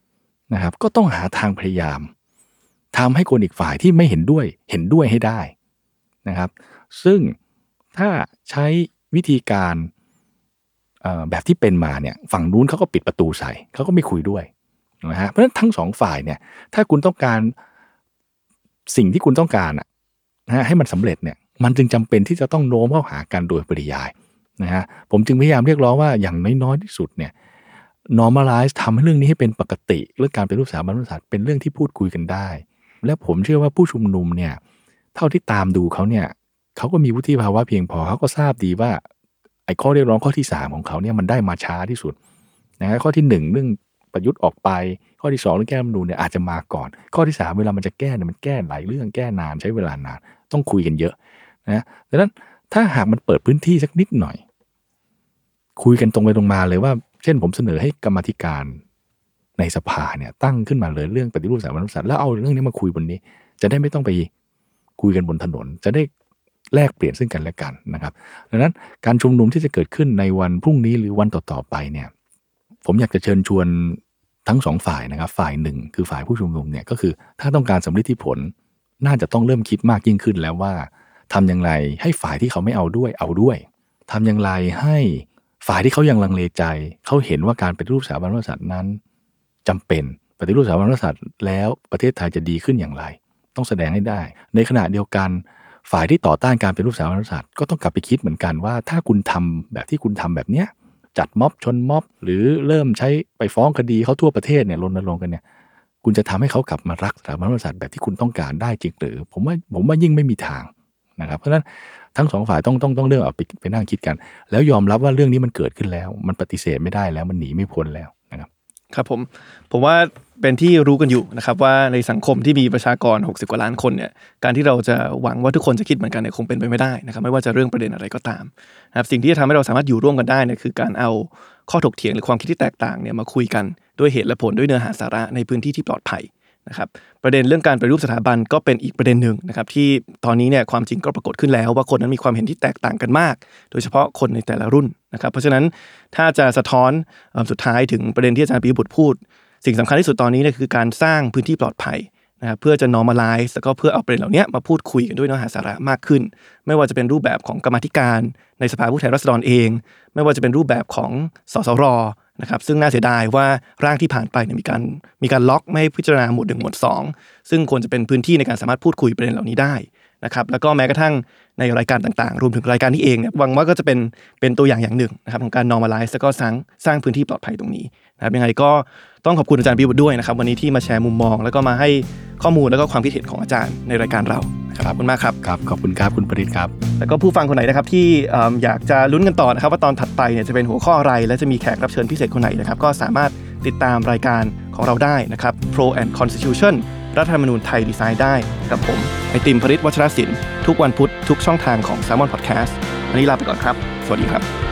นะครับก็ต้องหาทางพยายามทำให้คนอีกฝ่ายที่ไม่เห็นด้วยเห็นด้วยให้ได้นะครับซึ่งถ้าใช้วิธีการแบบที่เป็นมาเนี่ยฝั่งนู้นเขาก็ปิดประตูใส่เขาก็ไม่คุยด้วยนะฮะเพราะฉะนั้นทั้งสองฝ่ายเนี่ยถ้าคุณต้องการสิ่งที่คุณต้องการนะฮะให้มันสำเร็จเนี่ยมันจึงจำเป็นที่จะต้องโน้มเข้าหากันโดยปริยายนะฮะผมจึงพยายามเรียกร้องว่าอย่างน้อยๆที่สุดเนี่ย normalize ทำให้เรื่องนี้ให้เป็นปกติเรื่องการเป็นรูปสถาบันพระมหากษัตริย์เป็นเรื่องที่พูดคุยกันได้และผมเชื่อว่าผู้ชุมนุมเนี่ยเท่าที่ตามดูเขาเนี่ยเขาก็มีวุฒิภาวะเพียงพอเขาก็ทราบดีว่าไอ้ข้อเรียกร้องข้อที่สามของเขาเนี่ยมันได้มาช้าที่สุดนะฮะข้อที่หนึ่งเรื่องประยุทธ์ออกไปข้อที่สองเรื่องแก้รัฐธรรมนูญเนี่ยอาจจะมาก่อนข้อที่สามเวลามันจะแก้เนี่ยมันแก้หลายเรื่องแก้นานใช้เวลานานต้องคุยกันเยอะนะดังนั้นถ้าหากมันเปิดพื้นที่สักนิดหน่อยคุยกันตรงไปตรงมาเลยว่าเช่นผมเสนอให้กรรมาธิการในสภาเนี่ยตั้งขึ้นมาเลยเรื่องปฏิรูปสถาบันพระมหากษัตริย์แล้วเอาเรื่องนี้มาคุยบนนี้จะได้ไม่ต้องไปคุยกันบนถนนจะได้แลกเปลี่ยนซึ่งกันและกันนะครับดังนั้นการชุมนุมที่จะเกิดขึ้นในวันพรุ่งนี้หรือวันต่อๆไปเนี่ยผมอยากจะเชิญชวนทั้งสองฝ่ายนะครับฝ่ายหนึ่งคือฝ่ายผู้ชุมนุมเนี่ยก็คือถ้าต้องการสำลิดที่ผลน่าจะต้องเริ่มคิดมากยิ่งขึ้นแล้วว่าทำอย่างไรให้ฝ่ายที่เขาไม่เอาด้วยเอาด้วยทำอย่างไรให้ฝ่ายที่เขายังลังเลใจเขาเห็นว่าการปฏิรูปสถาบันพระมหากษัตริย์นั้นจำเป็นปฏิรูปสถาบันพระมหากษัตริย์แล้วประเทศไทยจะดีขึ้นอย่างไรต้องแสดงให้ได้ในขณะเดียวกันฝ่ายที่ต่อต้านการปฏิรูปสถาบันพระมหากษัตริย์ก็ต้องกลับไปคิดเหมือนกันว่าถ้าคุณทำแบบที่คุณทำแบบเนี้ยจัดม็อบชนม็อบหรือเริ่มใช้ไปฟ้องคดีเขาทั่วประเทศเนี่ยรณรงค์กันเนี่ยคุณจะทำให้เขากลับมารักสถาบันพระมหากษัตริย์แบบที่คุณต้องการได้จริงหรือผมว่าผมว่ายิ่งไม่มีทางนะครับเพราะฉะนั้นทั้งสองฝ่ายต้องต้องต้องเรื่องเอาไปไปนั่งคิดกันแล้วยอมรับว่าเรื่องนี้มันเกิดขึ้นแล้วมันปฏิเสธไม่ได้แล้วมันหนีไม่พ้นแล้วนะครับครับผมผมว่าเป็นที่รู้กันอยู่นะครับว่าในสังคมที่มีประชากรหกสิบกว่าล้านคนเนี่ยการที่เราจะหวังว่าทุกคนจะคิดเหมือนกันเนี่ยคงเป็นไปไม่ได้นะครับไม่ว่าจะเรื่องประเด็นอะไรก็ตามนะครับสิ่งที่จะทำให้เราสามารถอยู่ร่วมกันได้เนี่ยคือการเอาข้อถกเถียงหรือความคิดที่แตกต่างเนี่ยมาคุยกันด้วยเหตุและผลด้วยเนื้อหาสาระในพื้นที่ที่ปลอดภัยนะครับประเด็นเรื่องการปฏิรูปสถาบันก็เป็นอีกประเด็นหนึ่งนะครับที่ตอนนี้เนี่ยความจริงก็ปรากฏขึ้นแล้วว่าคนนั้นมีความเห็นที่แตกต่างกันมากโดยเฉพาะคนในแต่ละรุ่นนะครับเพราะฉะนั้นถ้าจะสะท้อนสุดท้ายถึงประเด็นที่อาจารย์ปิยบุตรพูดสิ่งสำคัญที่สุดตอนนี้เนี่ยคือการสร้างพื้นที่ปลอดภัยนะครับเพื่อจะ normalize แล้วก็เพื่อเอาประเด็นเหล่านี้มาพูดคุยกันด้วยเนื้อหาสาระมากขึ้นไม่ว่าจะเป็นรูปแบบของกรรมาธิการในสภาผู้แทนราษฎรเองไม่ว่าจะเป็นรูปแบบของสสรนะครับซึ่งน่าเสียดายว่าร่างที่ผ่านไปเนี่ยมีการมีการล็อกไม่ให้พิจารณาหมวดหนึ่งหมวดสองซึ่งควรจะเป็นพื้นที่ในการสามารถพูดคุยประเด็นเหล่านี้ได้นะครับแล้วก็แม้กระทั่งในรายการต่างๆรวมถึงรายการนี้เองเนี่ยหวังว่าก็จะเป็นเป็นตัวอย่างอย่างหนึ่งนะครับของการ normalize แล้วก็สร้างสร้างพื้นที่ปลอดภัยตรงนี้นะครับยังไงก็ต้องขอบคุณอาจารย์ปิยบุตรด้วยนะครับวันนี้ที่มาแชร์มุมมองแล้วก็มาให้ข้อมูลแล้วก็ความคิดเห็นของอาจารย์ในรายการเราขอบคุณมากครับครับขอบคุณครับคุณปริศครับแล้วก็ผู้ฟังคนไหนนะครับที่อยากจะลุ้นกันต่อนะครับว่าตอนถัดไปเนี่ยจะเป็นหัวข้ออะไรและจะมีแขกรับเชิญพิเศษคนไหนนะครับก็สามารถติดตามรายการของเราได้นะครับ Pro and Constitution รัฐธรรมนูญไทยดีไซน์ได้กับผมไอติม พฤทธิ์ วัชรศิลป์ทุกวันพุธทุกช่องทางของ Salmon Podcast วันนี้ลาไปก่อนครับสวัสดีครับ